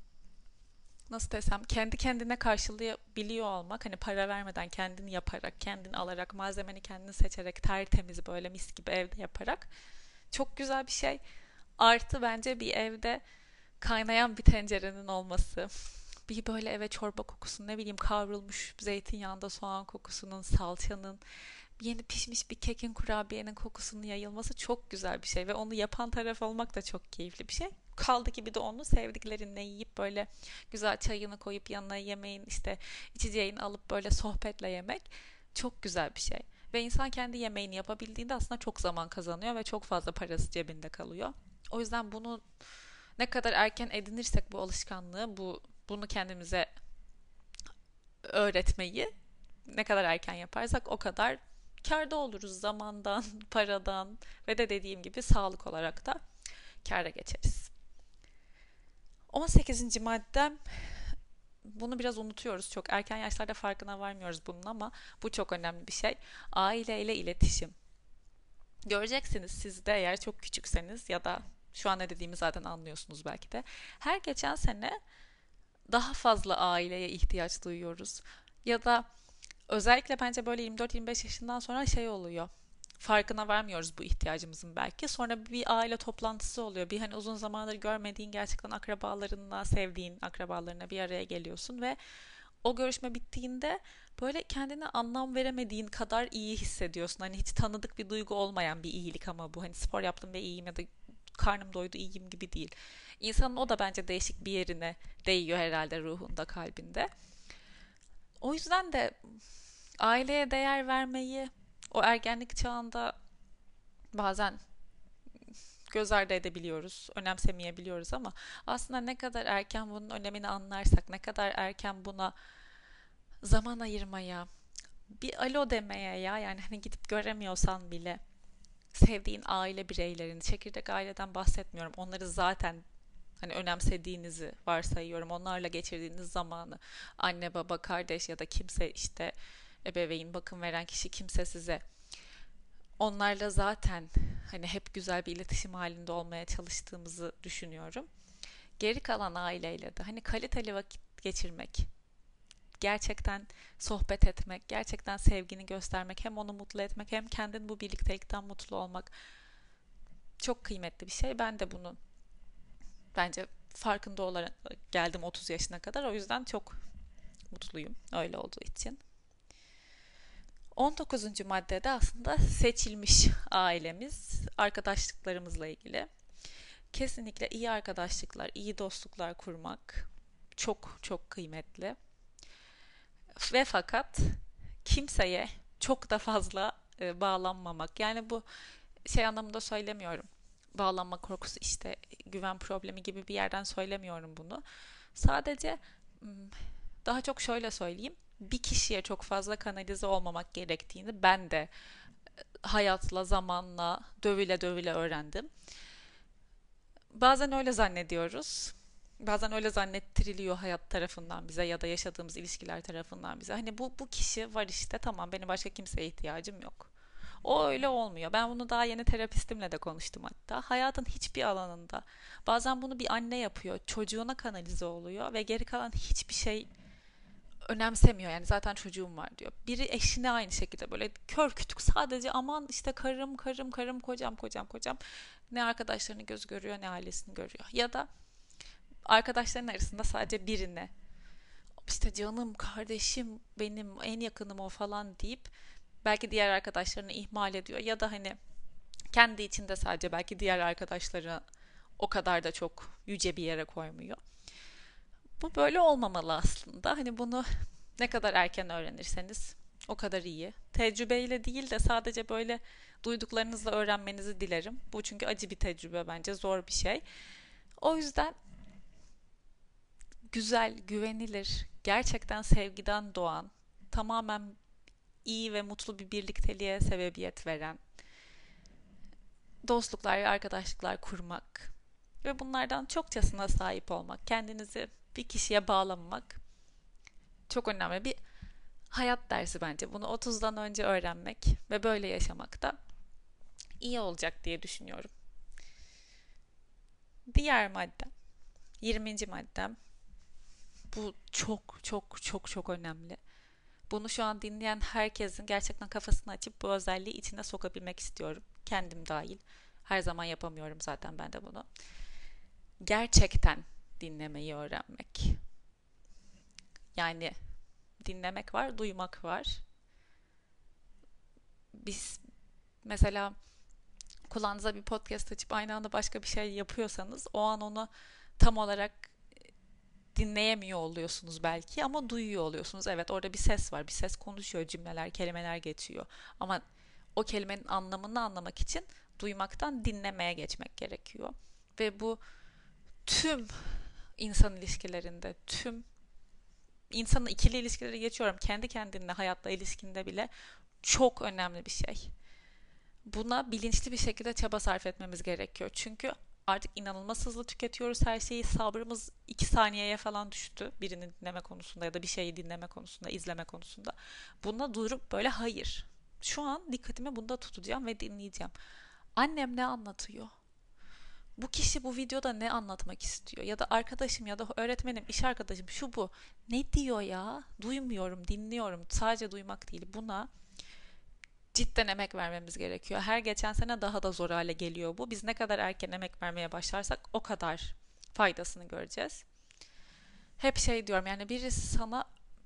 nasıl desem, kendi kendine karşılayabiliyor olmak, hani para vermeden kendini yaparak, kendin alarak, malzemeni kendin seçerek, tertemiz böyle mis gibi evde yaparak çok güzel bir şey. Artı bence bir evde kaynayan bir tencerenin olması, bir böyle eve çorba kokusu, ne bileyim kavrulmuş zeytinyağında soğan kokusunun, salçanın, yeni pişmiş bir kekin, kurabiyenin kokusunun yayılması çok güzel bir şey ve onu yapan taraf olmak da çok keyifli bir şey. Kaldı ki bir de onu sevdiklerinle yiyip böyle güzel çayını koyup yanına yemeğin, işte içeceğini alıp böyle sohbetle yemek çok güzel bir şey. Ve insan kendi yemeğini yapabildiğinde aslında çok zaman kazanıyor ve çok fazla parası cebinde kalıyor. O yüzden bunu ne kadar erken edinirsek bu alışkanlığı, bu bunu kendimize öğretmeyi ne kadar erken yaparsak o kadar kârda oluruz, zamandan, paradan ve de dediğim gibi sağlık olarak da kâra geçeriz. on sekizinci maddem, bunu biraz unutuyoruz. Çok erken yaşlarda farkına varmıyoruz bunun ama bu çok önemli bir şey. Aileyle iletişim. Göreceksiniz siz de, eğer çok küçükseniz ya da şu an ne dediğimi zaten anlıyorsunuz belki de. Her geçen sene daha fazla aileye ihtiyaç duyuyoruz. Ya da özellikle bence böyle yirmi dört yirmi beş yaşından sonra şey oluyor. Farkına varmıyoruz bu ihtiyacımızın belki. Sonra bir aile toplantısı oluyor. Bir hani uzun zamandır görmediğin gerçekten akrabalarınla, sevdiğin akrabalarına bir araya geliyorsun ve o görüşme bittiğinde böyle kendine anlam veremediğin kadar iyi hissediyorsun. Hani hiç tanıdık bir duygu olmayan bir iyilik ama bu. Hani spor yaptım ve iyiyim ya da karnım doydu iyiyim gibi değil. İnsanın o da bence değişik bir yerine değiyor herhalde, ruhunda, kalbinde. O yüzden de aileye değer vermeyi o ergenlik çağında bazen göz ardı edebiliyoruz, önemsemeyebiliyoruz ama aslında ne kadar erken bunun önemini anlarsak, ne kadar erken buna zaman ayırmaya, bir alo demeye, ya yani hani gidip göremiyorsan bile sevdiğin aile bireylerini, çekirdek aileden bahsetmiyorum. Onları zaten hani önemsediğinizi varsayıyorum. Onlarla geçirdiğiniz zamanı, anne baba, kardeş ya da kimse, işte ebeveyn, bakım veren kişi kimse size, onlarla zaten hani hep güzel bir iletişim halinde olmaya çalıştığımızı düşünüyorum. Geri kalan aileyle de hani kaliteli vakit geçirmek, gerçekten sohbet etmek, gerçekten sevgini göstermek, hem onu mutlu etmek hem kendin bu birliktelikten mutlu olmak çok kıymetli bir şey. Ben de bunun bence farkında olarak geldim otuz yaşına kadar. O yüzden çok mutluyum öyle olduğu için. on dokuzuncu maddede aslında seçilmiş ailemiz, arkadaşlıklarımızla ilgili. Kesinlikle iyi arkadaşlıklar, iyi dostluklar kurmak çok çok kıymetli. Ve fakat kimseye çok da fazla e, bağlanmamak. Yani bu şey anlamında söylemiyorum. Bağlanma korkusu, işte güven problemi gibi bir yerden söylemiyorum bunu. Sadece daha çok şöyle söyleyeyim. Bir kişiye çok fazla kanalize olmamak gerektiğini ben de hayatla, zamanla, dövüle dövüle öğrendim. Bazen öyle zannediyoruz. Bazen öyle zannettiriliyor hayat tarafından bize ya da yaşadığımız ilişkiler tarafından bize. Hani bu bu kişi var işte, tamam, benim başka kimseye ihtiyacım yok. O öyle olmuyor. Ben bunu daha yeni terapistimle de konuştum hatta. Hayatın hiçbir alanında bazen bunu bir anne yapıyor. Çocuğuna kanalize oluyor ve geri kalan hiçbir şey önemsemiyor. Yani zaten çocuğum var diyor. Biri eşine aynı şekilde böyle kör kütük, sadece aman işte karım karım karım, kocam kocam kocam. Ne arkadaşlarını göz görüyor ne ailesini görüyor. Ya da arkadaşların arasında sadece birine, işte canım kardeşim benim, en yakınım o falan deyip belki diğer arkadaşlarını ihmal ediyor. Ya da hani kendi içinde sadece belki diğer arkadaşları o kadar da çok yüce bir yere koymuyor. Bu böyle olmamalı aslında. Hani bunu ne kadar erken öğrenirseniz o kadar iyi. Tecrübeyle değil de sadece böyle duyduklarınızla öğrenmenizi dilerim. Bu çünkü acı bir tecrübe bence, zor bir şey. O yüzden güzel, güvenilir, gerçekten sevgiden doğan, tamamen iyi ve mutlu bir birlikteliğe sebebiyet veren dostluklar ve arkadaşlıklar kurmak ve bunlardan çokçasına sahip olmak, kendinizi bir kişiye bağlamamak çok önemli bir hayat dersi bence. Bunu otuzdan önce öğrenmek ve böyle yaşamak da iyi olacak diye düşünüyorum. Diğer maddem, yirminci maddem. Bu çok çok çok çok önemli. Bunu şu an dinleyen herkesin gerçekten kafasını açıp bu özelliği içine sokabilmek istiyorum. Kendim dahil. Her zaman yapamıyorum zaten ben de bunu. Gerçekten dinlemeyi öğrenmek. Yani dinlemek var, duymak var. Biz mesela kulağınıza bir podcast açıp aynı anda başka bir şey yapıyorsanız o an onu tam olarak dinleyemiyor oluyorsunuz belki ama duyuyor oluyorsunuz. Evet, orada bir ses var. Bir ses konuşuyor, cümleler, kelimeler geçiyor. Ama o kelimenin anlamını anlamak için duymaktan dinlemeye geçmek gerekiyor. Ve bu tüm insan ilişkilerinde, tüm insanın ikili ilişkileri geçiyorum. Kendi kendinle, hayatla ilişkinde bile çok önemli bir şey. Buna bilinçli bir şekilde çaba sarf etmemiz gerekiyor. Çünkü artık inanılmaz hızlı tüketiyoruz her şeyi. Sabrımız iki saniyeye falan düştü. Birini dinleme konusunda ya da bir şeyi dinleme konusunda, izleme konusunda. Bunda durup böyle hayır. Şu an dikkatimi bunda tutacağım ve dinleyeceğim. Annem ne anlatıyor? Bu kişi bu videoda ne anlatmak istiyor? Ya da arkadaşım ya da öğretmenim, iş arkadaşım şu bu. Ne diyor ya? Duymuyorum, dinliyorum. Sadece duymak değil. Buna cidden emek vermemiz gerekiyor. Her geçen sene daha da zor hale geliyor bu. Biz ne kadar erken emek vermeye başlarsak o kadar faydasını göreceğiz. Hep şey diyorum, yani birisi sana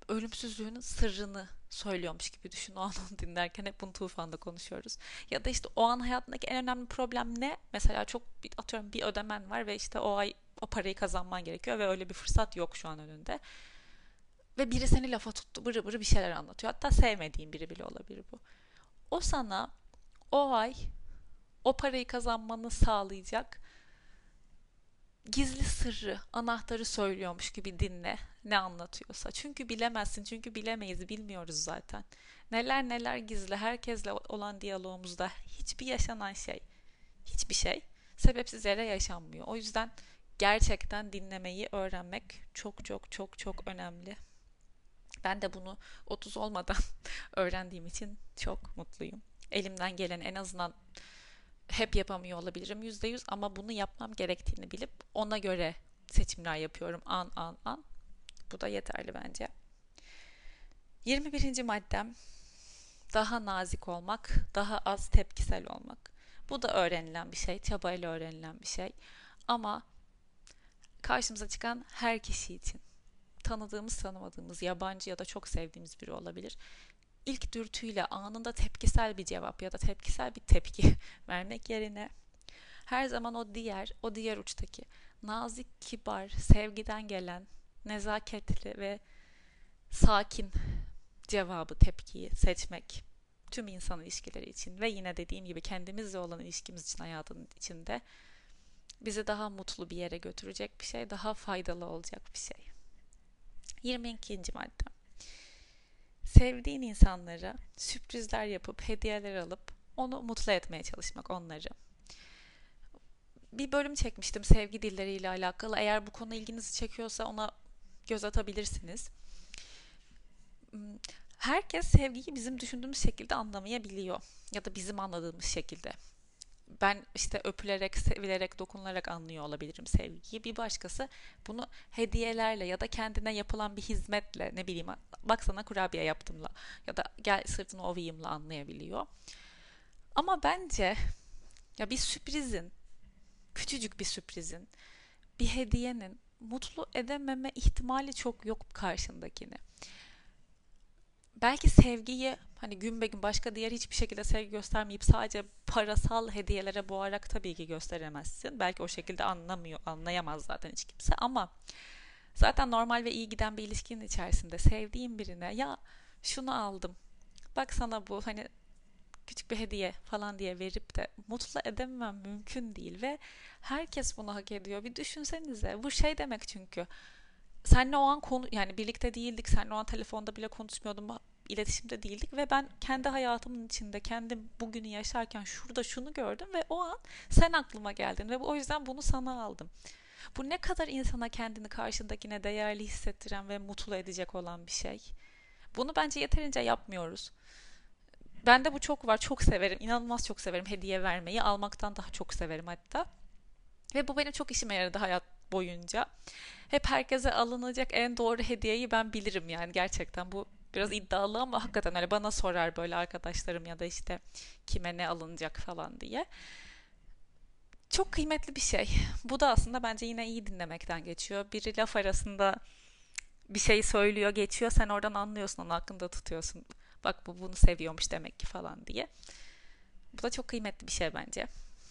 ölümsüzlüğünün sırrını söylüyormuş gibi düşün o an onu dinlerken. Hep bunu Tufan'da konuşuyoruz. Ya da işte o an hayatındaki en önemli problem ne? Mesela çok atıyorum bir ödemen var ve işte o ay o parayı kazanman gerekiyor ve öyle bir fırsat yok şu an önünde. Ve biri seni lafa tuttu, bırı bırı bir şeyler anlatıyor. Hatta sevmediğin biri bile olabilir bu. O sana o ay o parayı kazanmanı sağlayacak gizli sırrı, anahtarı söylüyormuş gibi dinle ne anlatıyorsa. Çünkü bilemezsin, çünkü bilemeyiz, bilmiyoruz zaten. Neler neler gizli, herkesle olan diyalogumuzda hiçbir yaşanan şey, hiçbir şey sebepsiz yere yaşanmıyor. O yüzden gerçekten dinlemeyi öğrenmek çok çok çok çok önemli. Ben de bunu otuz olmadan öğrendiğim için çok mutluyum. Elimden gelen en azından hep yapamıyor olabilirim yüzde yüz ama bunu yapmam gerektiğini bilip ona göre seçimler yapıyorum an an an. Bu da yeterli bence. yirmi birinci maddem daha nazik olmak, daha az tepkisel olmak. Bu da öğrenilen bir şey, çabayla öğrenilen bir şey. Ama karşımıza çıkan her kişi için tanıdığımız, tanımadığımız, yabancı ya da çok sevdiğimiz biri olabilir. İlk dürtüyle anında tepkisel bir cevap ya da tepkisel bir tepki vermek yerine her zaman o diğer, o diğer uçtaki nazik, kibar, sevgiden gelen, nezaketli ve sakin cevabı, tepkiyi seçmek tüm insan ilişkileri için ve yine dediğim gibi kendimizle olan ilişkimiz için hayatın içinde bizi daha mutlu bir yere götürecek bir şey, daha faydalı olacak bir şey. yirmi ikinci madde. Sevdiğin insanlara sürprizler yapıp, hediyeler alıp onu mutlu etmeye çalışmak onları. Bir bölüm çekmiştim sevgi dilleriyle alakalı. Eğer bu konu ilginizi çekiyorsa ona göz atabilirsiniz. Herkes sevgiyi bizim düşündüğümüz şekilde anlamayabiliyor. Ya da bizim anladığımız şekilde. Ben işte öpülerek, sevilerek, dokunularak anlıyor olabilirim sevgiyi. Bir başkası bunu hediyelerle ya da kendine yapılan bir hizmetle, ne bileyim, bak sana kurabiye yaptımla ya da gel sırtını ovayımla anlayabiliyor. Ama bence ya bir sürprizin, küçücük bir sürprizin, bir hediyenin mutlu edememe ihtimali çok yok karşındakini. Belki sevgiyi hani gün be gün başka diğer hiçbir şekilde sevgi göstermeyip sadece parasal hediyelere boğarak tabii ki gösteremezsin. Belki o şekilde anlamıyor, anlayamaz zaten hiç kimse ama zaten normal ve iyi giden bir ilişkinin içerisinde sevdiğin birine ya şunu aldım, bak sana bu hani küçük bir hediye falan diye verip de mutlu edemem mümkün değil ve herkes bunu hak ediyor. Bir düşünsenize. Bu şey demek çünkü. Seninle o an konu yani birlikte değildik. Seninle o an telefonda bile konuşmuyordum. İletişimde değildik ve ben kendi hayatımın içinde kendi bugünü yaşarken şurada şunu gördüm ve o an sen aklıma geldin ve o yüzden bunu sana aldım. Bu ne kadar insana kendini karşındakine değerli hissettiren ve mutlu edecek olan bir şey. Bunu bence yeterince yapmıyoruz. Bende bu çok var. Çok severim. İnanılmaz çok severim hediye vermeyi. Almaktan daha çok severim hatta. Ve bu benim çok işime yaradı hayat boyunca. Hep herkese alınacak en doğru hediyeyi ben bilirim yani gerçekten. Bu biraz iddialı ama hakikaten öyle bana sorar böyle arkadaşlarım ya da işte kime ne alınacak falan diye. Çok kıymetli bir şey. Bu da aslında bence yine iyi dinlemekten geçiyor. Biri laf arasında bir şey söylüyor, geçiyor. Sen oradan anlıyorsun, onu aklında tutuyorsun. Bak bu bunu seviyormuş demek ki falan diye. Bu da çok kıymetli bir şey bence.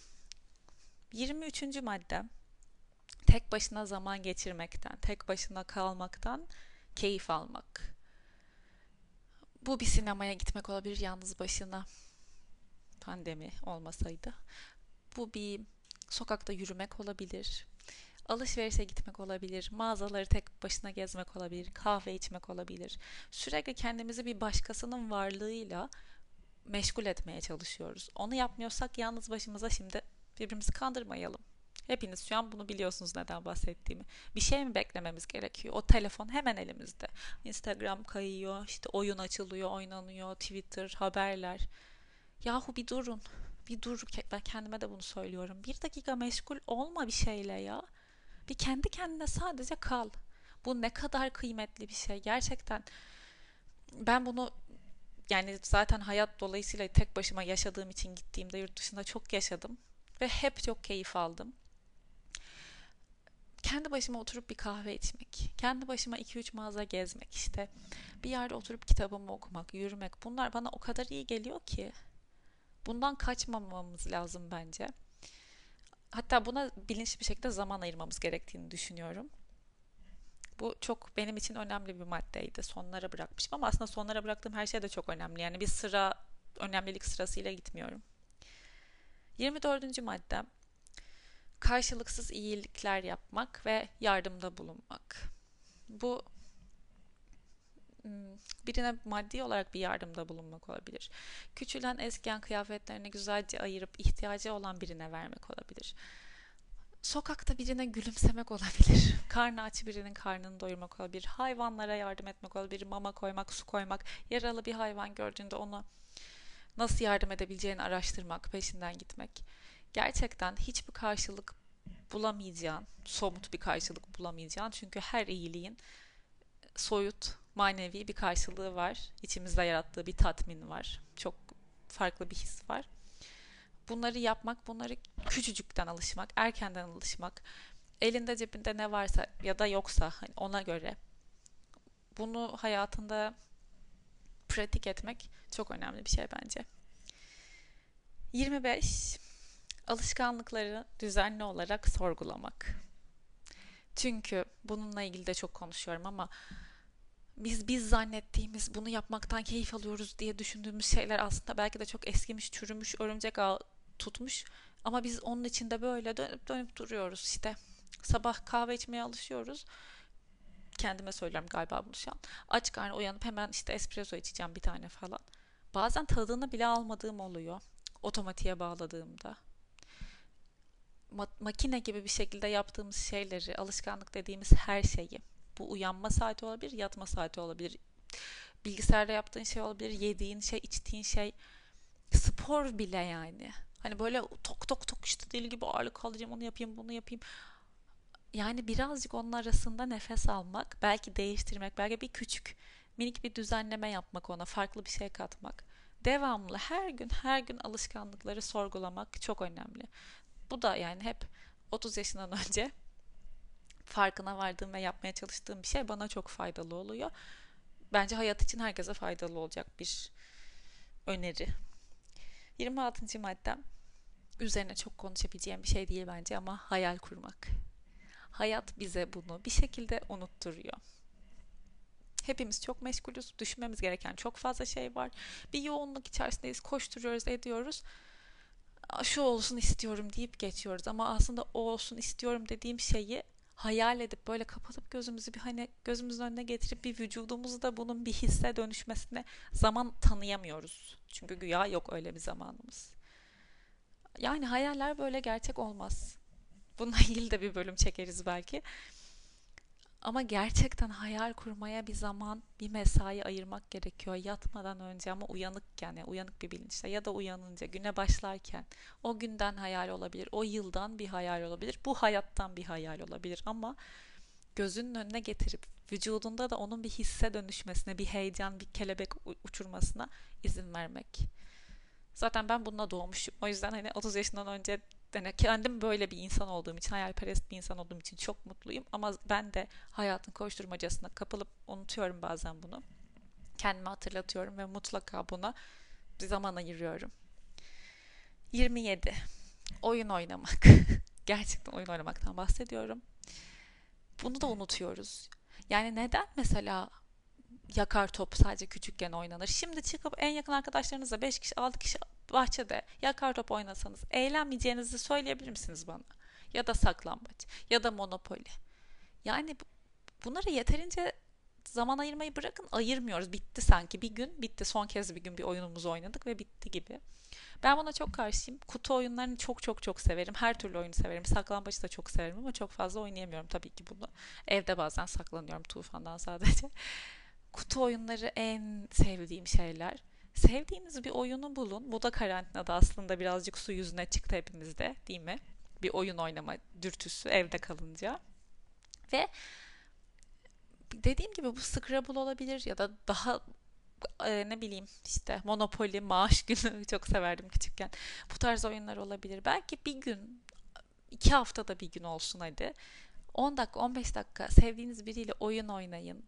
yirmi üçüncü madde. Tek başına zaman geçirmekten, tek başına kalmaktan keyif almak. Bu bir sinemaya gitmek olabilir yalnız başına. Pandemi olmasaydı. Bu bir sokakta yürümek olabilir. Alışverişe gitmek olabilir. Mağazaları tek başına gezmek olabilir. Kahve içmek olabilir. Sürekli kendimizi bir başkasının varlığıyla meşgul etmeye çalışıyoruz. Onu yapmıyorsak yalnız başımıza şimdi birbirimizi kandırmayalım. Hepiniz şu an bunu biliyorsunuz neden bahsettiğimi. Bir şey mi beklememiz gerekiyor? O telefon hemen elimizde. Instagram kayıyor, işte oyun açılıyor, oynanıyor, Twitter, haberler. Yahu bir durun. Bir dur. Ben kendime de bunu söylüyorum. Bir dakika meşgul olma bir şeyle ya. Bir kendi kendine sadece kal. Bu ne kadar kıymetli bir şey. Gerçekten ben bunu yani zaten hayat dolayısıyla tek başıma yaşadığım için gittiğimde yurt dışında çok yaşadım. Ve hep çok keyif aldım. kendi başıma oturup bir kahve içmek, kendi başıma iki üç mağaza gezmek, işte bir yerde oturup kitabımı okumak, yürümek, bunlar bana o kadar iyi geliyor ki bundan kaçmamamız lazım bence. Hatta buna bilinçli bir şekilde zaman ayırmamız gerektiğini düşünüyorum. Bu çok benim için önemli bir maddeydi. Sonlara bırakmışım ama aslında sonlara bıraktığım her şey de çok önemli. Yani bir sıra, önemlilik sırasıyla gitmiyorum. yirmi dördüncü maddem, karşılıksız iyilikler yapmak ve yardımda bulunmak. Bu hmm, birine maddi olarak bir yardımda bulunmak olabilir. Küçülen, eskiyen kıyafetlerini güzelce ayırıp ihtiyacı olan birine vermek olabilir. Sokakta birine gülümsemek olabilir. Karnı aç birinin karnını doyurmak olabilir. Hayvanlara yardım etmek olabilir. Mama koymak, su koymak. Yaralı bir hayvan gördüğünde ona nasıl yardım edebileceğini araştırmak, peşinden gitmek. Gerçekten hiçbir karşılık bulamayacağın, somut bir karşılık bulamayacağın. Çünkü her iyiliğin soyut, manevi bir karşılığı var. İçimizde yarattığı bir tatmin var. Çok farklı bir his var. Bunları yapmak, bunları küçücükten alışmak, erkenden alışmak, elinde cebinde ne varsa ya da yoksa hani ona göre bunu hayatında pratik etmek çok önemli bir şey bence. yirmi beş. Alışkanlıkları düzenli olarak sorgulamak. Çünkü bununla ilgili de çok konuşuyorum ama biz biz zannettiğimiz, bunu yapmaktan keyif alıyoruz diye düşündüğümüz şeyler aslında belki de çok eskimiş, çürümüş, örümcek ağı tutmuş. Ama biz onun içinde böyle dönüp dönüp duruyoruz işte. Sabah kahve içmeye alışıyoruz. Kendime söylüyorum galiba bunu şu an. Aç karnı uyanıp hemen işte espresso içeceğim bir tane falan. Bazen tadını bile almadığım oluyor. Otomatiğe bağladığımda. Ma- makine gibi bir şekilde yaptığımız şeyleri, alışkanlık dediğimiz her şeyi. Bu uyanma saati olabilir, yatma saati olabilir. Bilgisayarda yaptığın şey olabilir, yediğin şey, içtiğin şey. Spor bile yani. Hani böyle tok tok tok işte deli gibi ağırlık kaldıracağım, onu yapayım, bunu yapayım. Yani birazcık onun arasında nefes almak, belki değiştirmek, belki bir küçük minik bir düzenleme yapmak, ona farklı bir şey katmak. Devamlı her gün her gün alışkanlıkları sorgulamak çok önemli. Bu da yani hep otuz yaşından önce farkına vardığım ve yapmaya çalıştığım bir şey bana çok faydalı oluyor. Bence hayat için herkese faydalı olacak bir öneri. yirmi altıncı maddem, üzerine çok konuşabileceğim bir şey değil bence ama hayal kurmak. Hayat bize bunu bir şekilde unutturuyor. Hepimiz çok meşgulüz. Düşünmemiz gereken çok fazla şey var. Bir yoğunluk içerisindeyiz. Koşturuyoruz, ediyoruz. Şu olsun istiyorum deyip geçiyoruz. Ama aslında o olsun istiyorum dediğim şeyi hayal edip böyle kapatıp gözümüzü bir hani gözümüzün önüne getirip bir vücudumuzda bunun bir hisse dönüşmesine zaman tanıyamıyoruz. Çünkü güya yok öyle bir zamanımız. Yani hayaller böyle gerçek olmaz. Bununla ilgili de bir bölüm çekeriz belki. Ama gerçekten hayal kurmaya bir zaman, bir mesai ayırmak gerekiyor. Yatmadan önce ama uyanıkken, yani uyanık bir bilinçle ya da uyanınca, güne başlarken. O günden hayal olabilir, o yıldan bir hayal olabilir, bu hayattan bir hayal olabilir. Ama gözünün önüne getirip vücudunda da onun bir hisse dönüşmesine, bir heyecan, bir kelebek uçurmasına izin vermek. Zaten ben bununla doğmuşum. O yüzden hani otuz yaşından önce yani kendim böyle bir insan olduğum için, hayalperest bir insan olduğum için çok mutluyum. Ama ben de hayatın koşturmacasına kapılıp unutuyorum bazen bunu. Kendime hatırlatıyorum ve mutlaka buna bir zaman ayırıyorum. yirmi yedi. Oyun oynamak. Gerçekten oyun oynamaktan bahsediyorum. Bunu da unutuyoruz. Yani neden mesela yakar top sadece küçükken oynanır? Şimdi çıkıp en yakın arkadaşlarınızla beş kişi altı kişi bahçede yakar top oynasanız eğlenmeyeceğinizi söyleyebilir misiniz bana? Ya da saklambaç ya da monopoli. Yani bunlara yeterince zaman ayırmayı bırakın, ayırmıyoruz. Bitti sanki, bir gün bitti, son kez bir gün bir oyunumuzu oynadık ve bitti gibi. Ben buna çok karşıyım. Kutu oyunlarını çok çok çok severim. Her türlü oyunu severim. Saklambaçı da çok severim ama çok fazla oynayamıyorum tabii ki bunu. Evde bazen saklanıyorum tufandan sadece. Kutu oyunları en sevdiğim şeyler. Sevdiğiniz bir oyunu bulun. Bu da karantinada aslında birazcık su yüzüne çıktı hepimizde, değil mi? Bir oyun oynama dürtüsü evde kalınca. Ve dediğim gibi bu Scrabble olabilir ya da daha e, ne bileyim işte Monopoly, Maaş Günü çok severdim küçükken. Bu tarz oyunlar olabilir. Belki bir gün, iki haftada bir gün olsun hadi. on dakika, on beş dakika sevdiğiniz biriyle oyun oynayın.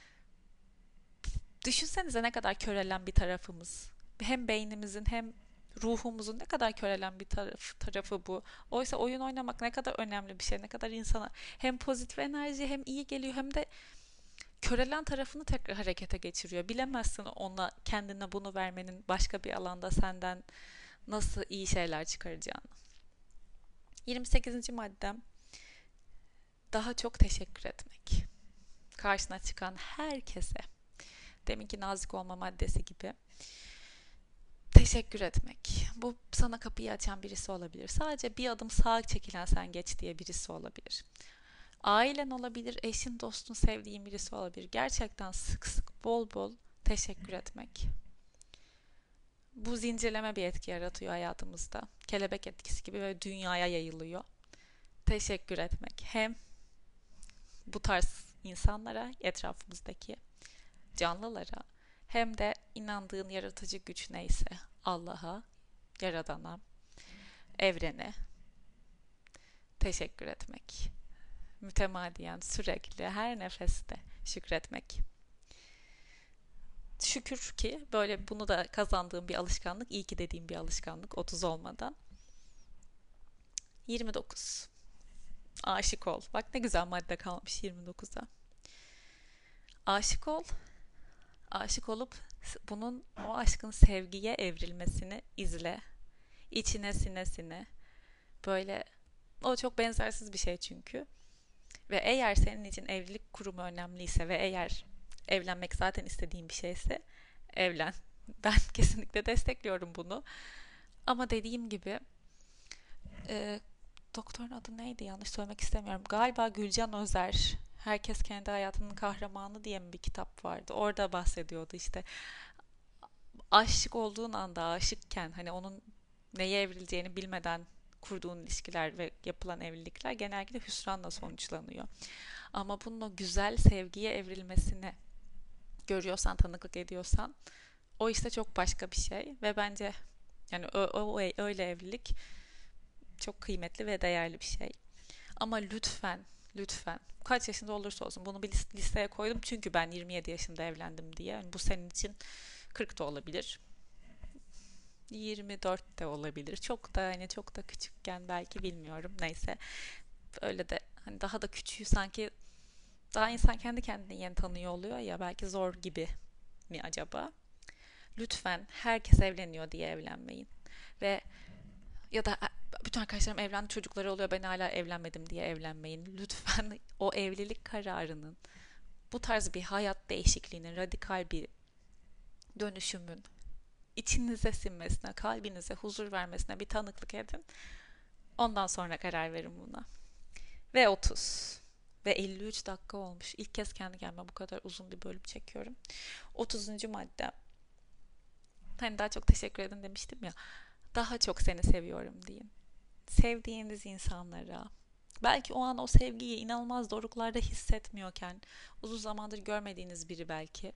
Düşünsenize ne kadar körelen bir tarafımız. Hem beynimizin hem ruhumuzun ne kadar körelen bir taraf, tarafı bu. Oysa oyun oynamak ne kadar önemli bir şey. Ne kadar insana hem pozitif enerji hem iyi geliyor hem de körelen tarafını tekrar harekete geçiriyor. Bilemezsin ona kendine bunu vermenin başka bir alanda senden nasıl iyi şeyler çıkaracağını. yirmi sekizinci maddem daha çok teşekkür etmek. Karşına çıkan herkese. Deminki nazik olma maddesi gibi. Teşekkür etmek. Bu sana kapıyı açan birisi olabilir. Sadece bir adım sağa çekilen sen geç diye birisi olabilir. Ailen olabilir, eşin, dostun, sevdiğin birisi olabilir. Gerçekten sık sık bol bol teşekkür etmek. Bu zincirleme bir etki yaratıyor hayatımızda. Kelebek etkisi gibi ve dünyaya yayılıyor. Teşekkür etmek. Hem bu tarz insanlara, etrafımızdaki canlılara, hem de inandığın yaratıcı güç neyse Allah'a, Yaradan'a, evrene teşekkür etmek. Mütemadiyen, sürekli, her nefeste şükretmek. Şükür ki böyle bunu da kazandığım bir alışkanlık, iyi ki dediğim bir alışkanlık otuz olmadan. yirmi dokuz. Aşık ol. Bak ne güzel madde kalmış yirmi dokuza. Aşık ol. Aşık olup bunun o aşkın sevgiye evrilmesini izle. İçine sine sine. Böyle o çok benzersiz bir şey çünkü. Ve eğer senin için evlilik kurumu önemliyse ve eğer evlenmek zaten istediğin bir şeyse evlen. Ben kesinlikle destekliyorum bunu. Ama dediğim gibi e, doktorun adı neydi? Yanlış söylemek istemiyorum. Galiba Gülcan Özer. Herkes Kendi Hayatının Kahramanı diye mi bir kitap vardı? Orada bahsediyordu işte. Aşık olduğun anda, aşıkken hani onun neye evrileceğini bilmeden kurduğun ilişkiler ve yapılan evlilikler genellikle hüsranla sonuçlanıyor. Ama bunun o güzel sevgiye evrilmesini görüyorsan, tanıklık ediyorsan o işte çok başka bir şey ve bence yani o, o öyle evlilik çok kıymetli ve değerli bir şey. Ama lütfen, lütfen kaç yaşında olursa olsun bunu bir listeye koydum çünkü ben yirmi yedi yaşında evlendim diye. Yani bu senin için kırk da olabilir. yirmi dört de olabilir. Çok da hani çok da küçükken belki bilmiyorum. Neyse. Öyle de hani daha da küçüğü sanki daha insan kendi kendini yeni tanıyor oluyor ya belki zor gibi mi acaba? Lütfen herkes evleniyor diye evlenmeyin. Ve ya da bütün arkadaşlarım evlendi çocukları oluyor ben hala evlenmedim diye evlenmeyin. Lütfen o evlilik kararının bu tarz bir hayat değişikliğinin radikal bir dönüşümün içinize sinmesine, kalbinize huzur vermesine bir tanıklık edin. Ondan sonra karar verin buna. Ve otuz. Ve elli üç dakika olmuş. İlk kez kendi kendime bu kadar uzun bir bölüm çekiyorum. otuzuncu madde. Hani daha çok teşekkür edin demiştim ya. Daha çok seni seviyorum deyin. Sevdiğiniz insanlara, belki o an o sevgiyi inanılmaz doruklarda hissetmiyorken, uzun zamandır görmediğiniz biri belki,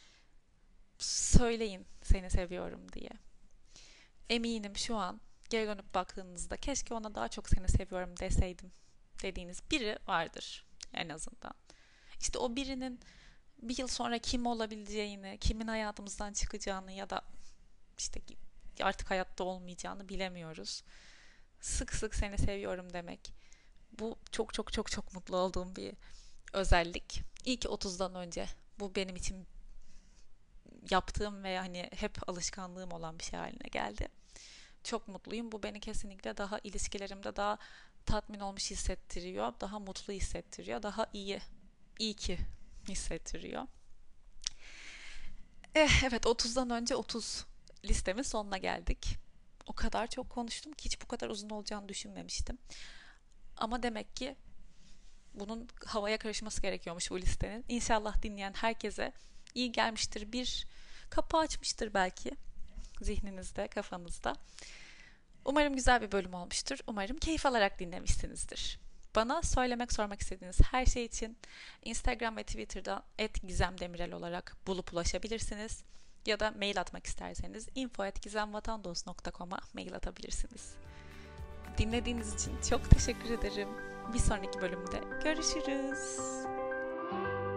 söyleyin seni seviyorum diye. Eminim şu an geri dönüp baktığınızda keşke ona daha çok seni seviyorum deseydim dediğiniz biri vardır en azından. İşte o birinin bir yıl sonra kim olabileceğini, kimin hayatımızdan çıkacağını ya da işte artık hayatta olmayacağını bilemiyoruz. Sık sık seni seviyorum demek. Bu çok çok çok çok mutlu olduğum bir özellik. İyi ki otuzdan önce bu benim için yaptığım ve hani hep alışkanlığım olan bir şey haline geldi. Çok mutluyum. Bu beni kesinlikle daha ilişkilerimde daha tatmin olmuş hissettiriyor. Daha mutlu hissettiriyor. Daha iyi, iyi ki hissettiriyor. Eh, evet otuzdan önce otuz listemin sonuna geldik. O kadar çok konuştum ki hiç bu kadar uzun olacağını düşünmemiştim. Ama demek ki bunun havaya karışması gerekiyormuş bu listenin. İnşallah dinleyen herkese iyi gelmiştir. Bir kapı açmıştır belki zihninizde, kafanızda. Umarım güzel bir bölüm olmuştur. Umarım keyif alarak dinlemişsinizdir. Bana söylemek, sormak istediğiniz her şey için Instagram ve Twitter'dan et gizemdemirel olarak bulup ulaşabilirsiniz. Ya da mail atmak isterseniz info at gizemvatandos nokta com'a mail atabilirsiniz. Dinlediğiniz için çok teşekkür ederim. Bir sonraki bölümde görüşürüz.